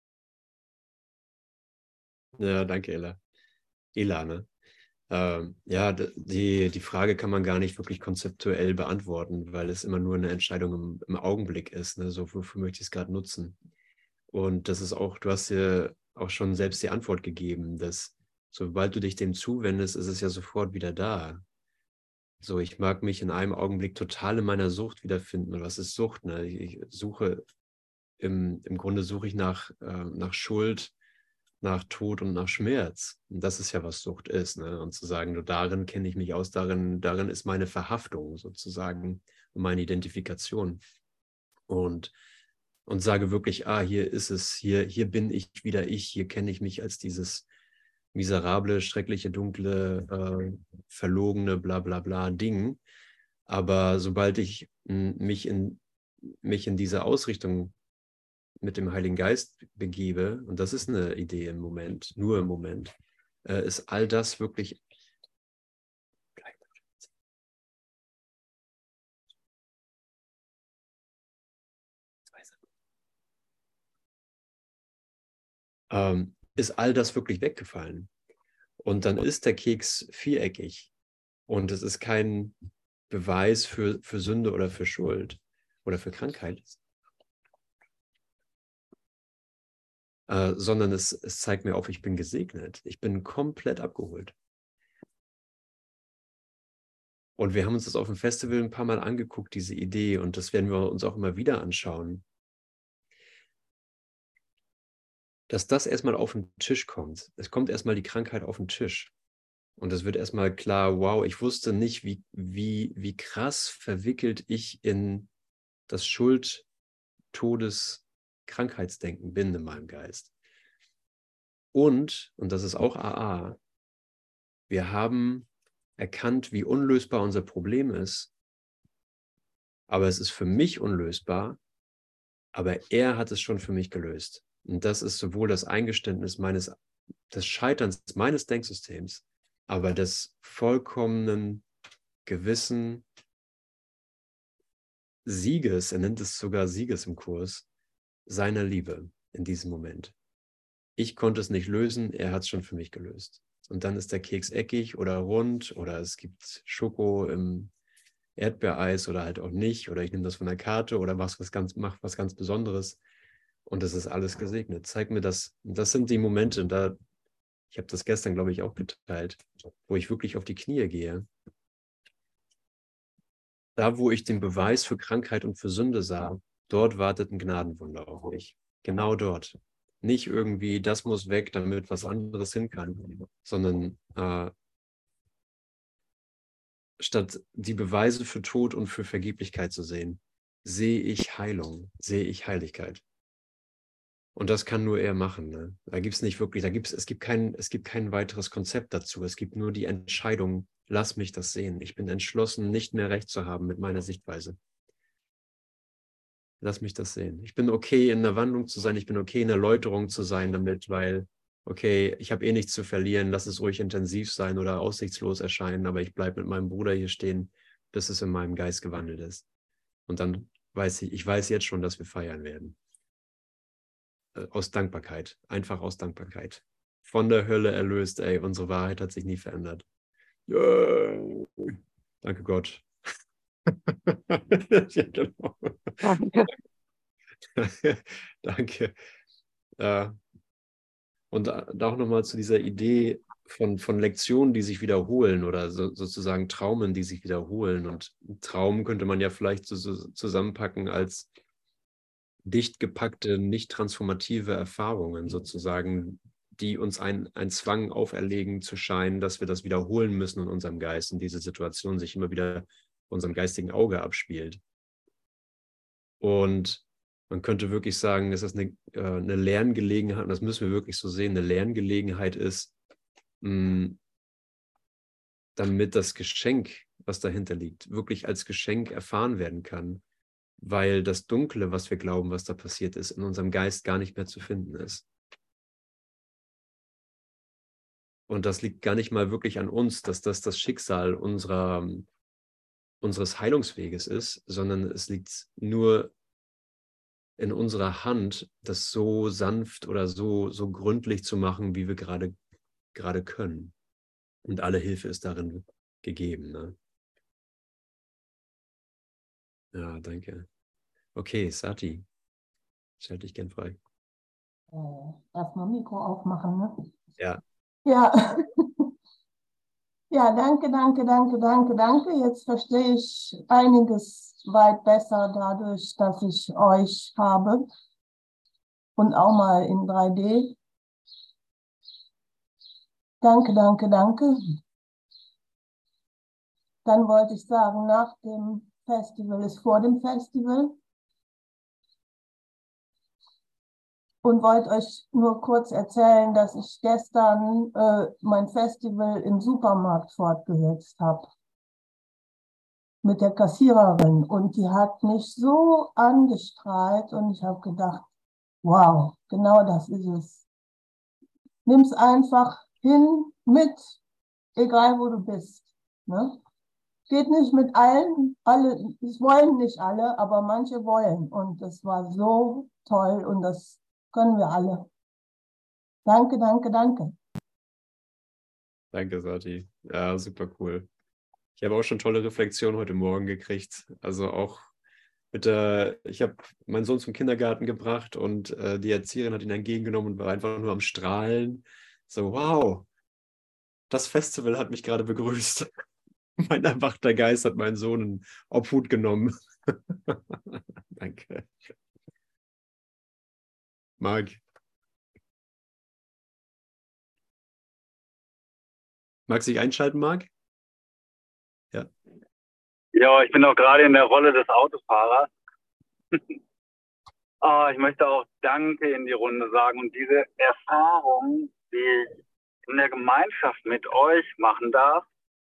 Ja, danke, Ella. Ela, ne? Ähm, ja, d- die, die Frage kann man gar nicht wirklich konzeptuell beantworten, weil es immer nur eine Entscheidung im, im Augenblick ist. Ne? So, wofür möchte ich es gerade nutzen? Und das ist auch, du hast dir auch schon selbst die Antwort gegeben, dass sobald du dich dem zuwendest, ist es ja sofort wieder da. So, ich mag mich in einem Augenblick total in meiner Sucht wiederfinden. Und was ist Sucht? Ne? Ich, ich suche, im, im Grunde suche ich nach, äh, nach Schuld, nach Tod und nach Schmerz. Und das ist ja, was Sucht ist. Ne? Und zu sagen, nur darin kenne ich mich aus, darin, darin ist meine Verhaftung sozusagen und meine Identifikation. Und, und sage wirklich, ah, hier ist es, hier, hier bin ich wieder ich, hier kenne ich mich als dieses miserable, schreckliche, dunkle, äh, verlogene, bla bla bla Ding. Aber sobald ich m, mich, in, mich in diese Ausrichtung mit dem Heiligen Geist begebe, und das ist eine Idee im Moment, nur im Moment, äh, ist all das wirklich ähm, ist all das wirklich weggefallen. Und dann ist der Keks viereckig und es ist kein Beweis für, für Sünde oder für Schuld oder für Krankheit, äh, sondern es, es zeigt mir auf, ich bin gesegnet. Ich bin komplett abgeholt. Und wir haben uns das auf dem Festival ein paar Mal angeguckt, diese Idee, und das werden wir uns auch immer wieder anschauen, dass das erstmal auf den Tisch kommt. Es kommt erstmal die Krankheit auf den Tisch. Und es wird erstmal klar, wow, ich wusste nicht, wie, wie, wie krass verwickelt ich in das Schuld, Todes, Krankheitsdenken bin in meinem Geist. Und, und das ist auch A A, wir haben erkannt, wie unlösbar unser Problem ist, aber es ist für mich unlösbar, aber er hat es schon für mich gelöst. Und das ist sowohl das Eingeständnis meines, des Scheiterns meines Denksystems, aber des vollkommenen Gewissen Sieges, er nennt es sogar Sieges im Kurs, seiner Liebe in diesem Moment. Ich konnte es nicht lösen, er hat es schon für mich gelöst. Und dann ist der Keks eckig oder rund oder es gibt Schoko im Erdbeereis oder halt auch nicht oder ich nehme das von der Karte oder mach was ganz, mach was ganz Besonderes und es ist alles gesegnet. Zeig mir das. Und das sind die Momente, da, ich habe das gestern, glaube ich, auch geteilt, wo ich wirklich auf die Knie gehe. Da, wo ich den Beweis für Krankheit und für Sünde sah, dort wartet ein Gnadenwunder auf mich. Genau dort. Nicht irgendwie, das muss weg, damit was anderes hin kann, sondern äh, statt die Beweise für Tod und für Vergeblichkeit zu sehen, sehe ich Heilung, sehe ich Heiligkeit. Und das kann nur er machen. Ne? Da gibt es nicht wirklich, da gibt's, es gibt kein, es gibt kein weiteres Konzept dazu. Es gibt nur die Entscheidung, lass mich das sehen. Ich bin entschlossen, nicht mehr recht zu haben mit meiner Sichtweise. Lass mich das sehen. Ich bin okay, in der Wandlung zu sein. Ich bin okay, in der Läuterung zu sein damit, weil, okay, ich habe eh nichts zu verlieren. Lass es ruhig intensiv sein oder aussichtslos erscheinen, aber ich bleibe mit meinem Bruder hier stehen, bis es in meinem Geist gewandelt ist. Und dann weiß ich, ich weiß jetzt schon, dass wir feiern werden. Aus Dankbarkeit, einfach aus Dankbarkeit. Von der Hölle erlöst, ey, unsere Wahrheit hat sich nie verändert. Yeah. Danke Gott. Ja, genau. Danke. Danke. Äh, und da auch nochmal zu dieser Idee von, von Lektionen, die sich wiederholen oder so, sozusagen Traumen, die sich wiederholen. Und Traum könnte man ja vielleicht so, so zusammenpacken als dicht gepackte, nicht transformative Erfahrungen sozusagen, die uns ein, ein Zwang auferlegen zu scheinen, dass wir das wiederholen müssen in unserem Geist und diese Situation sich immer wieder vor unserem geistigen Auge abspielt. Und man könnte wirklich sagen, dass das eine, äh, eine Lerngelegenheit, und das müssen wir wirklich so sehen, eine Lerngelegenheit ist, mh, damit das Geschenk, was dahinter liegt, wirklich als Geschenk erfahren werden kann, weil das Dunkle, was wir glauben, was da passiert ist, in unserem Geist gar nicht mehr zu finden ist. Und das liegt gar nicht mal wirklich an uns, dass das das Schicksal unserer, unseres Heilungsweges ist, sondern es liegt nur in unserer Hand, das so sanft oder so, so gründlich zu machen, wie wir gerade, gerade können. Und alle Hilfe ist darin gegeben. Ne? Ja, danke. Okay, Sati, stell dich gern frei. Äh, erstmal Mikro aufmachen, ne? Ja. Ja. Ja, danke, danke, danke, danke, danke. Jetzt verstehe ich einiges weit besser dadurch, dass ich euch habe und auch mal in drei D. Danke, danke, danke. Dann wollte ich sagen, nach dem Festival ist vor dem Festival. Und wollte euch nur kurz erzählen, dass ich gestern äh, mein Festival im Supermarkt fortgesetzt habe. Mit der Kassiererin. Und die hat mich so angestrahlt und ich habe gedacht, wow, genau das ist es. Nimm's einfach hin mit, egal wo du bist. Ne? Geht nicht mit allen, alle, es wollen nicht alle, aber manche wollen. Und das war so toll und das können wir alle. Danke, danke, danke. Danke, Sati. Ja, super cool. Ich habe auch schon tolle Reflexionen heute Morgen gekriegt. Also auch mit der, ich habe meinen Sohn zum Kindergarten gebracht und äh, die Erzieherin hat ihn entgegengenommen und war einfach nur am Strahlen. So, wow, das Festival hat mich gerade begrüßt. Mein erwachter Geist hat meinen Sohn in Obhut genommen. Danke. Marc. Magst du dich einschalten, Marc? Ja. Ja, ich bin auch gerade in der Rolle des Autofahrers. Oh, ich möchte auch Danke in die Runde sagen und diese Erfahrung, die ich in der Gemeinschaft mit euch machen darf,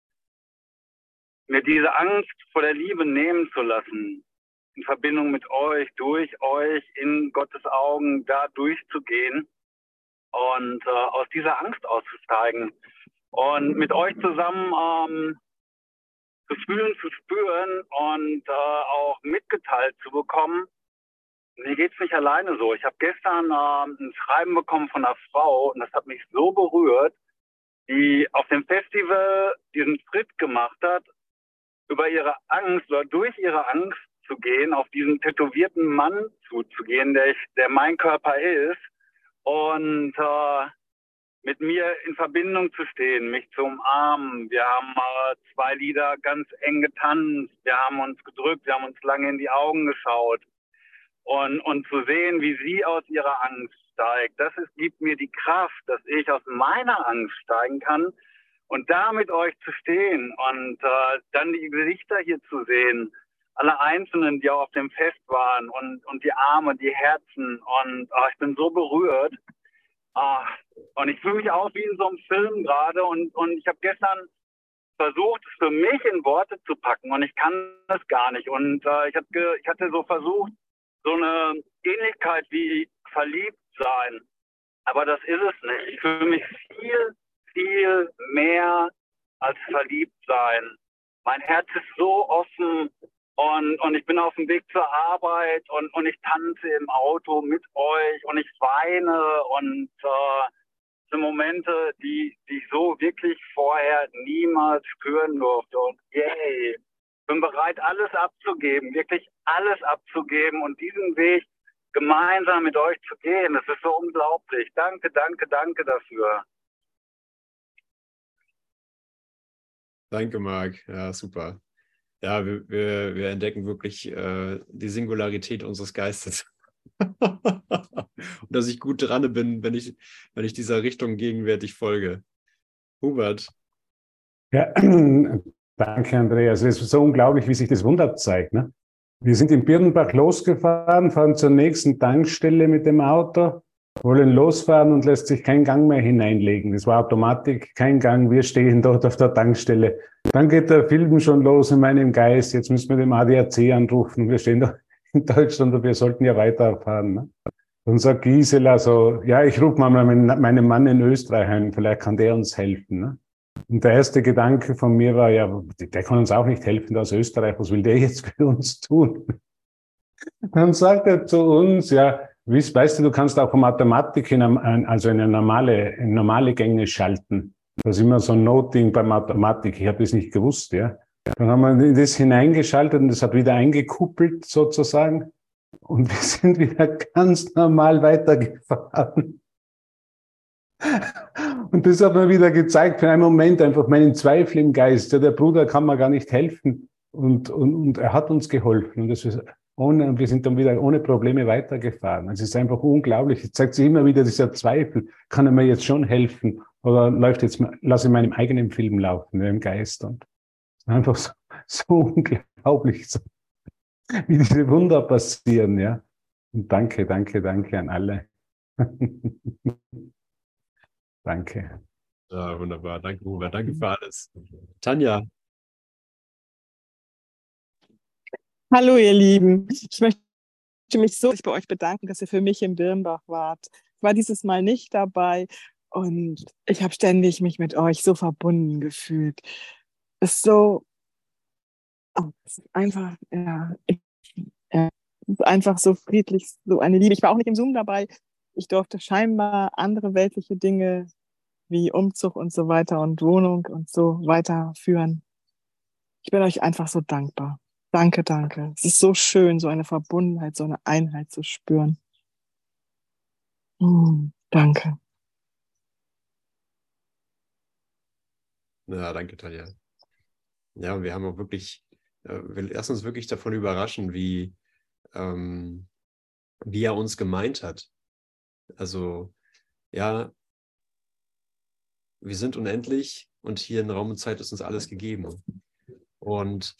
mir diese Angst vor der Liebe nehmen zu lassen, in Verbindung mit euch, durch euch, in Gottes Augen da durchzugehen und äh, aus dieser Angst auszusteigen und mit euch zusammen ähm, zu fühlen, zu spüren und äh, auch mitgeteilt zu bekommen. Mir geht's nicht alleine so. Ich habe gestern äh, ein Schreiben bekommen von einer Frau und das hat mich so berührt, die auf dem Festival diesen Schritt gemacht hat, über ihre Angst oder durch ihre Angst zu gehen, auf diesen tätowierten Mann zuzugehen, der, ich, der mein Körper ist und äh, mit mir in Verbindung zu stehen, mich zu umarmen. Wir haben äh, zwei Lieder ganz eng getanzt, wir haben uns gedrückt, wir haben uns lange in die Augen geschaut. Und, und zu sehen, wie sie aus ihrer Angst steigt, das ist, gibt mir die Kraft, dass ich aus meiner Angst steigen kann Und da mit euch zu stehen und äh, dann die Gesichter hier zu sehen, alle Einzelnen, die auch auf dem Fest waren und, und die Arme, die Herzen und oh, ich bin so berührt. Oh, und ich fühle mich auch wie in so einem Film gerade und, und ich habe gestern versucht, es für mich in Worte zu packen und ich kann das gar nicht. Und äh, ich, hatte, ich hatte so versucht, so eine Ähnlichkeit wie verliebt sein. Aber das ist es nicht. Ich fühle mich viel, viel mehr als verliebt sein. Mein Herz ist so offen und, und ich bin auf dem Weg zur Arbeit und, und ich tanze im Auto mit euch und ich weine und äh, das sind Momente, die, die ich so wirklich vorher niemals spüren durfte. Und yay, ich bin bereit, alles abzugeben, wirklich alles abzugeben und diesen Weg gemeinsam mit euch zu gehen. Das ist so unglaublich. Danke, danke, danke dafür. Danke, Marc. Ja, super. Ja, wir, wir, wir entdecken wirklich äh, die Singularität unseres Geistes. Und dass ich gut dran bin, wenn ich, wenn ich dieser Richtung gegenwärtig folge. Hubert. Ja, danke, Andreas. Es ist so unglaublich, wie sich das Wunder zeigt. Ne? Wir sind in Birnbach losgefahren, fahren zur nächsten Tankstelle mit dem Auto, wollen losfahren und lässt sich kein Gang mehr hineinlegen. Das war Automatik, kein Gang. Wir stehen dort auf der Tankstelle. Dann geht der Film schon los in meinem Geist. Jetzt müssen wir den A D A C anrufen. Wir stehen da in Deutschland und wir sollten ja weiterfahren. Ne? Und sagt Gisela so, ja, ich rufe mal meinen, meinen Mann in Österreich an, vielleicht kann der uns helfen. Ne? Und der erste Gedanke von mir war, ja, der kann uns auch nicht helfen, der aus Österreich, was will der jetzt für uns tun? Dann sagt er zu uns, ja, weißt du, du kannst auch Mathematik in eine, also in eine normale, in normale Gänge schalten. Das ist immer so ein Noting bei Mathematik, ich habe das nicht gewusst, ja. Dann haben wir das hineingeschaltet und das hat wieder eingekuppelt sozusagen. Und wir sind wieder ganz normal weitergefahren. Und das hat mir wieder gezeigt, für einen Moment einfach meinen Zweifel im Geist. Ja, der Bruder kann mir gar nicht helfen. Und, und, und er hat uns geholfen. Und das ist ohne, und wir sind dann wieder ohne Probleme weitergefahren. Es ist einfach unglaublich. Es zeigt sich immer wieder dieser Zweifel. Kann er mir jetzt schon helfen? Oder läuft jetzt, lasse ich meinem eigenen Film laufen, im Geist. Und einfach so, so unglaublich, so, wie diese Wunder passieren, ja. Und danke, danke, danke an alle. Danke. Ja, wunderbar. Danke, Hubert. Danke für alles. Tanja. Hallo, ihr Lieben. Ich möchte mich so bei euch bedanken, dass ihr für mich in Birnbach wart. Ich war dieses Mal nicht dabei und ich habe ständig mich mit euch so verbunden gefühlt. Es ist so oh, es ist einfach, ja, ich, ja, es ist einfach so friedlich, so eine Liebe. Ich war auch nicht im Zoom dabei. Ich durfte scheinbar andere weltliche Dinge wie Umzug und so weiter und Wohnung und so weiterführen. Ich bin euch einfach so dankbar. Danke, danke. Es ist so schön, so eine Verbundenheit, so eine Einheit zu spüren. Mm, danke. Ja, danke, Tanja. Ja, und wir haben auch wirklich, äh, wir lassen uns wirklich davon überraschen, wie, ähm, wie er uns gemeint hat. Also, ja, wir sind unendlich und hier in Raum und Zeit ist uns alles gegeben. Und,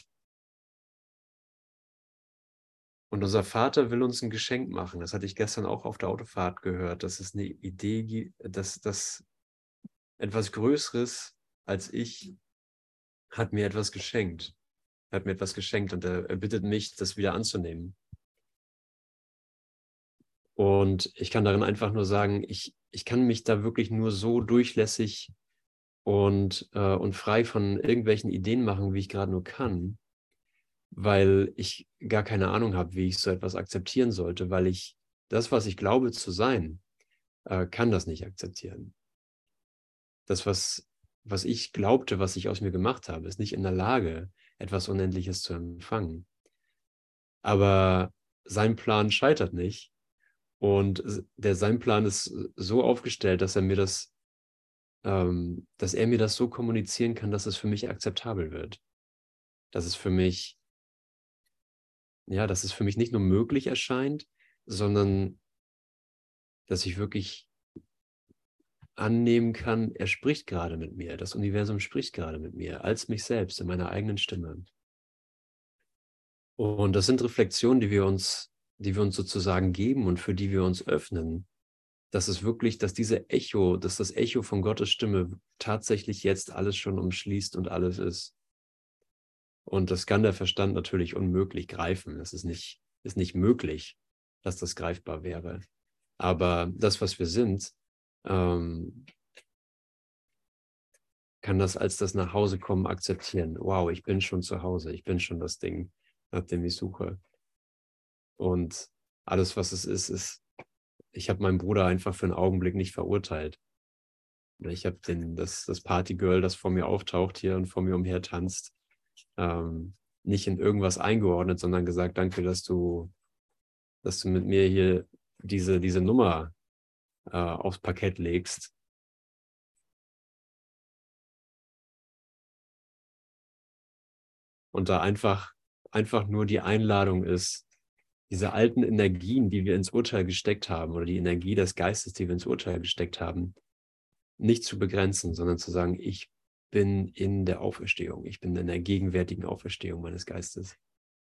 und unser Vater will uns ein Geschenk machen. Das hatte ich gestern auch auf der Autofahrt gehört, dass es eine Idee gibt, dass, dass etwas Größeres als ich hat mir etwas geschenkt. Er hat mir etwas geschenkt und er, er bittet mich, das wieder anzunehmen. Und ich kann darin einfach nur sagen, ich, ich kann mich da wirklich nur so durchlässig und, äh, und frei von irgendwelchen Ideen machen, wie ich gerade nur kann, weil ich gar keine Ahnung habe, wie ich so etwas akzeptieren sollte, weil ich das, was ich glaube zu sein, äh, kann das nicht akzeptieren. Das, was, was ich glaubte, was ich aus mir gemacht habe, ist nicht in der Lage, etwas Unendliches zu empfangen. Aber sein Plan scheitert nicht. Und der, sein Plan ist so aufgestellt, dass er mir das, ähm, dass er mir das so kommunizieren kann, dass es für mich akzeptabel wird. Dass es für mich, ja, dass es für mich nicht nur möglich erscheint, sondern dass ich wirklich annehmen kann, er spricht gerade mit mir, das Universum spricht gerade mit mir, als mich selbst, in meiner eigenen Stimme. Und das sind Reflexionen, die wir uns, die wir uns sozusagen geben und für die wir uns öffnen. Dass es wirklich, dass diese Echo, dass das Echo von Gottes Stimme tatsächlich jetzt alles schon umschließt und alles ist. Und das kann der Verstand natürlich unmöglich greifen. Das ist nicht, ist nicht möglich, dass das greifbar wäre. Aber das, was wir sind, ähm, kann das als das Nachhausekommen akzeptieren. Wow, ich bin schon zu Hause, ich bin schon das Ding, nach dem ich suche. Und alles, was es ist, ist, ich habe meinen Bruder einfach für einen Augenblick nicht verurteilt. Ich habe den, das, das Partygirl, das vor mir auftaucht hier und vor mir umher tanzt, ähm, nicht in irgendwas eingeordnet, sondern gesagt, danke, dass du, dass du mit mir hier diese, diese Nummer äh, aufs Parkett legst. Und da einfach, einfach nur die Einladung ist, diese alten Energien, die wir ins Urteil gesteckt haben, oder die Energie des Geistes, die wir ins Urteil gesteckt haben, nicht zu begrenzen, sondern zu sagen, ich bin in der Auferstehung, ich bin in der gegenwärtigen Auferstehung meines Geistes.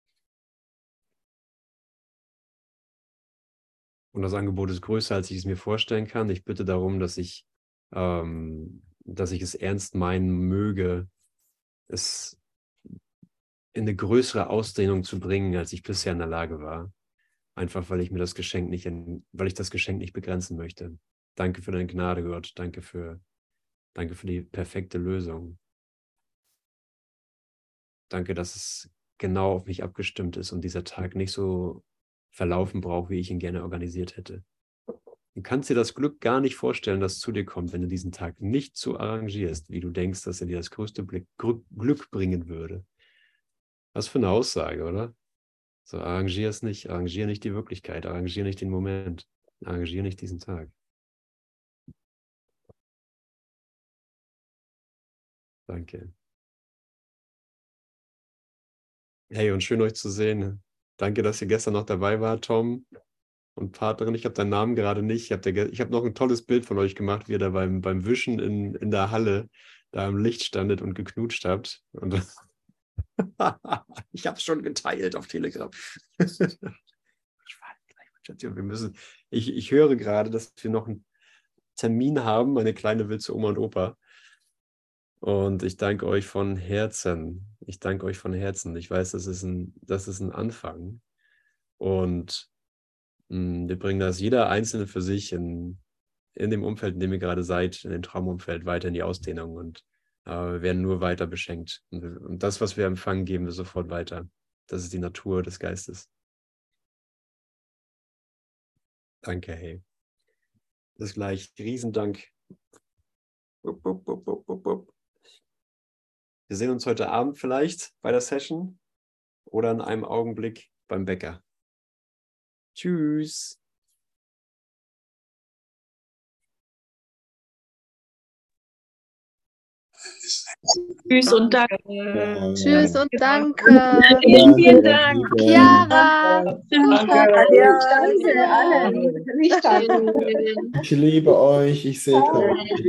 Und das Angebot ist größer, als ich es mir vorstellen kann. Ich bitte darum, dass ich, ähm, dass ich es ernst meinen möge, es in eine größere Ausdehnung zu bringen, als ich bisher in der Lage war. Einfach, weil ich mir das Geschenk nicht, in, weil ich das Geschenk nicht begrenzen möchte. Danke für deine Gnade, Gott. Danke für, danke für die perfekte Lösung. Danke, dass es genau auf mich abgestimmt ist und dieser Tag nicht so verlaufen braucht, wie ich ihn gerne organisiert hätte. Du kannst dir das Glück gar nicht vorstellen, das zu dir kommt, wenn du diesen Tag nicht so arrangierst, wie du denkst, dass er dir das größte Glück bringen würde. Was für eine Aussage, oder? So, arrangier es nicht, arrangier nicht die Wirklichkeit, arrangier nicht den Moment, arrangier nicht diesen Tag. Danke. Hey, und schön euch zu sehen. Danke, dass ihr gestern noch dabei wart, Tom und Partnerin. Ich habe deinen Namen gerade nicht. Ich habe hab noch ein tolles Bild von euch gemacht, wie ihr da beim, beim Wischen in, in der Halle da im Licht standet und geknutscht habt. Und ich habe es schon geteilt auf Telegram. Wir müssen, ich, ich höre gerade, dass wir noch einen Termin haben. Meine Kleine will zu Oma und Opa. Und ich danke euch von Herzen. Ich danke euch von Herzen. Ich weiß, das ist ein, das ist ein Anfang. Und mh, wir bringen das jeder Einzelne für sich in, in dem Umfeld, in dem ihr gerade seid, in dem Traumumfeld, weiter in die Ausdehnung. Und äh, wir werden nur weiter beschenkt. Und, und das, was wir empfangen, geben wir sofort weiter. Das ist die Natur des Geistes. Danke, hey. Bis gleich. Riesendank. Upp, upp, upp, upp, upp, upp. Wir sehen uns heute Abend vielleicht bei der Session oder in einem Augenblick beim Bäcker. Tschüss. Tschüss und danke. Tschüss und danke. Vielen, vielen Dank. Chiara. Danke. Ich liebe euch, ich segne euch.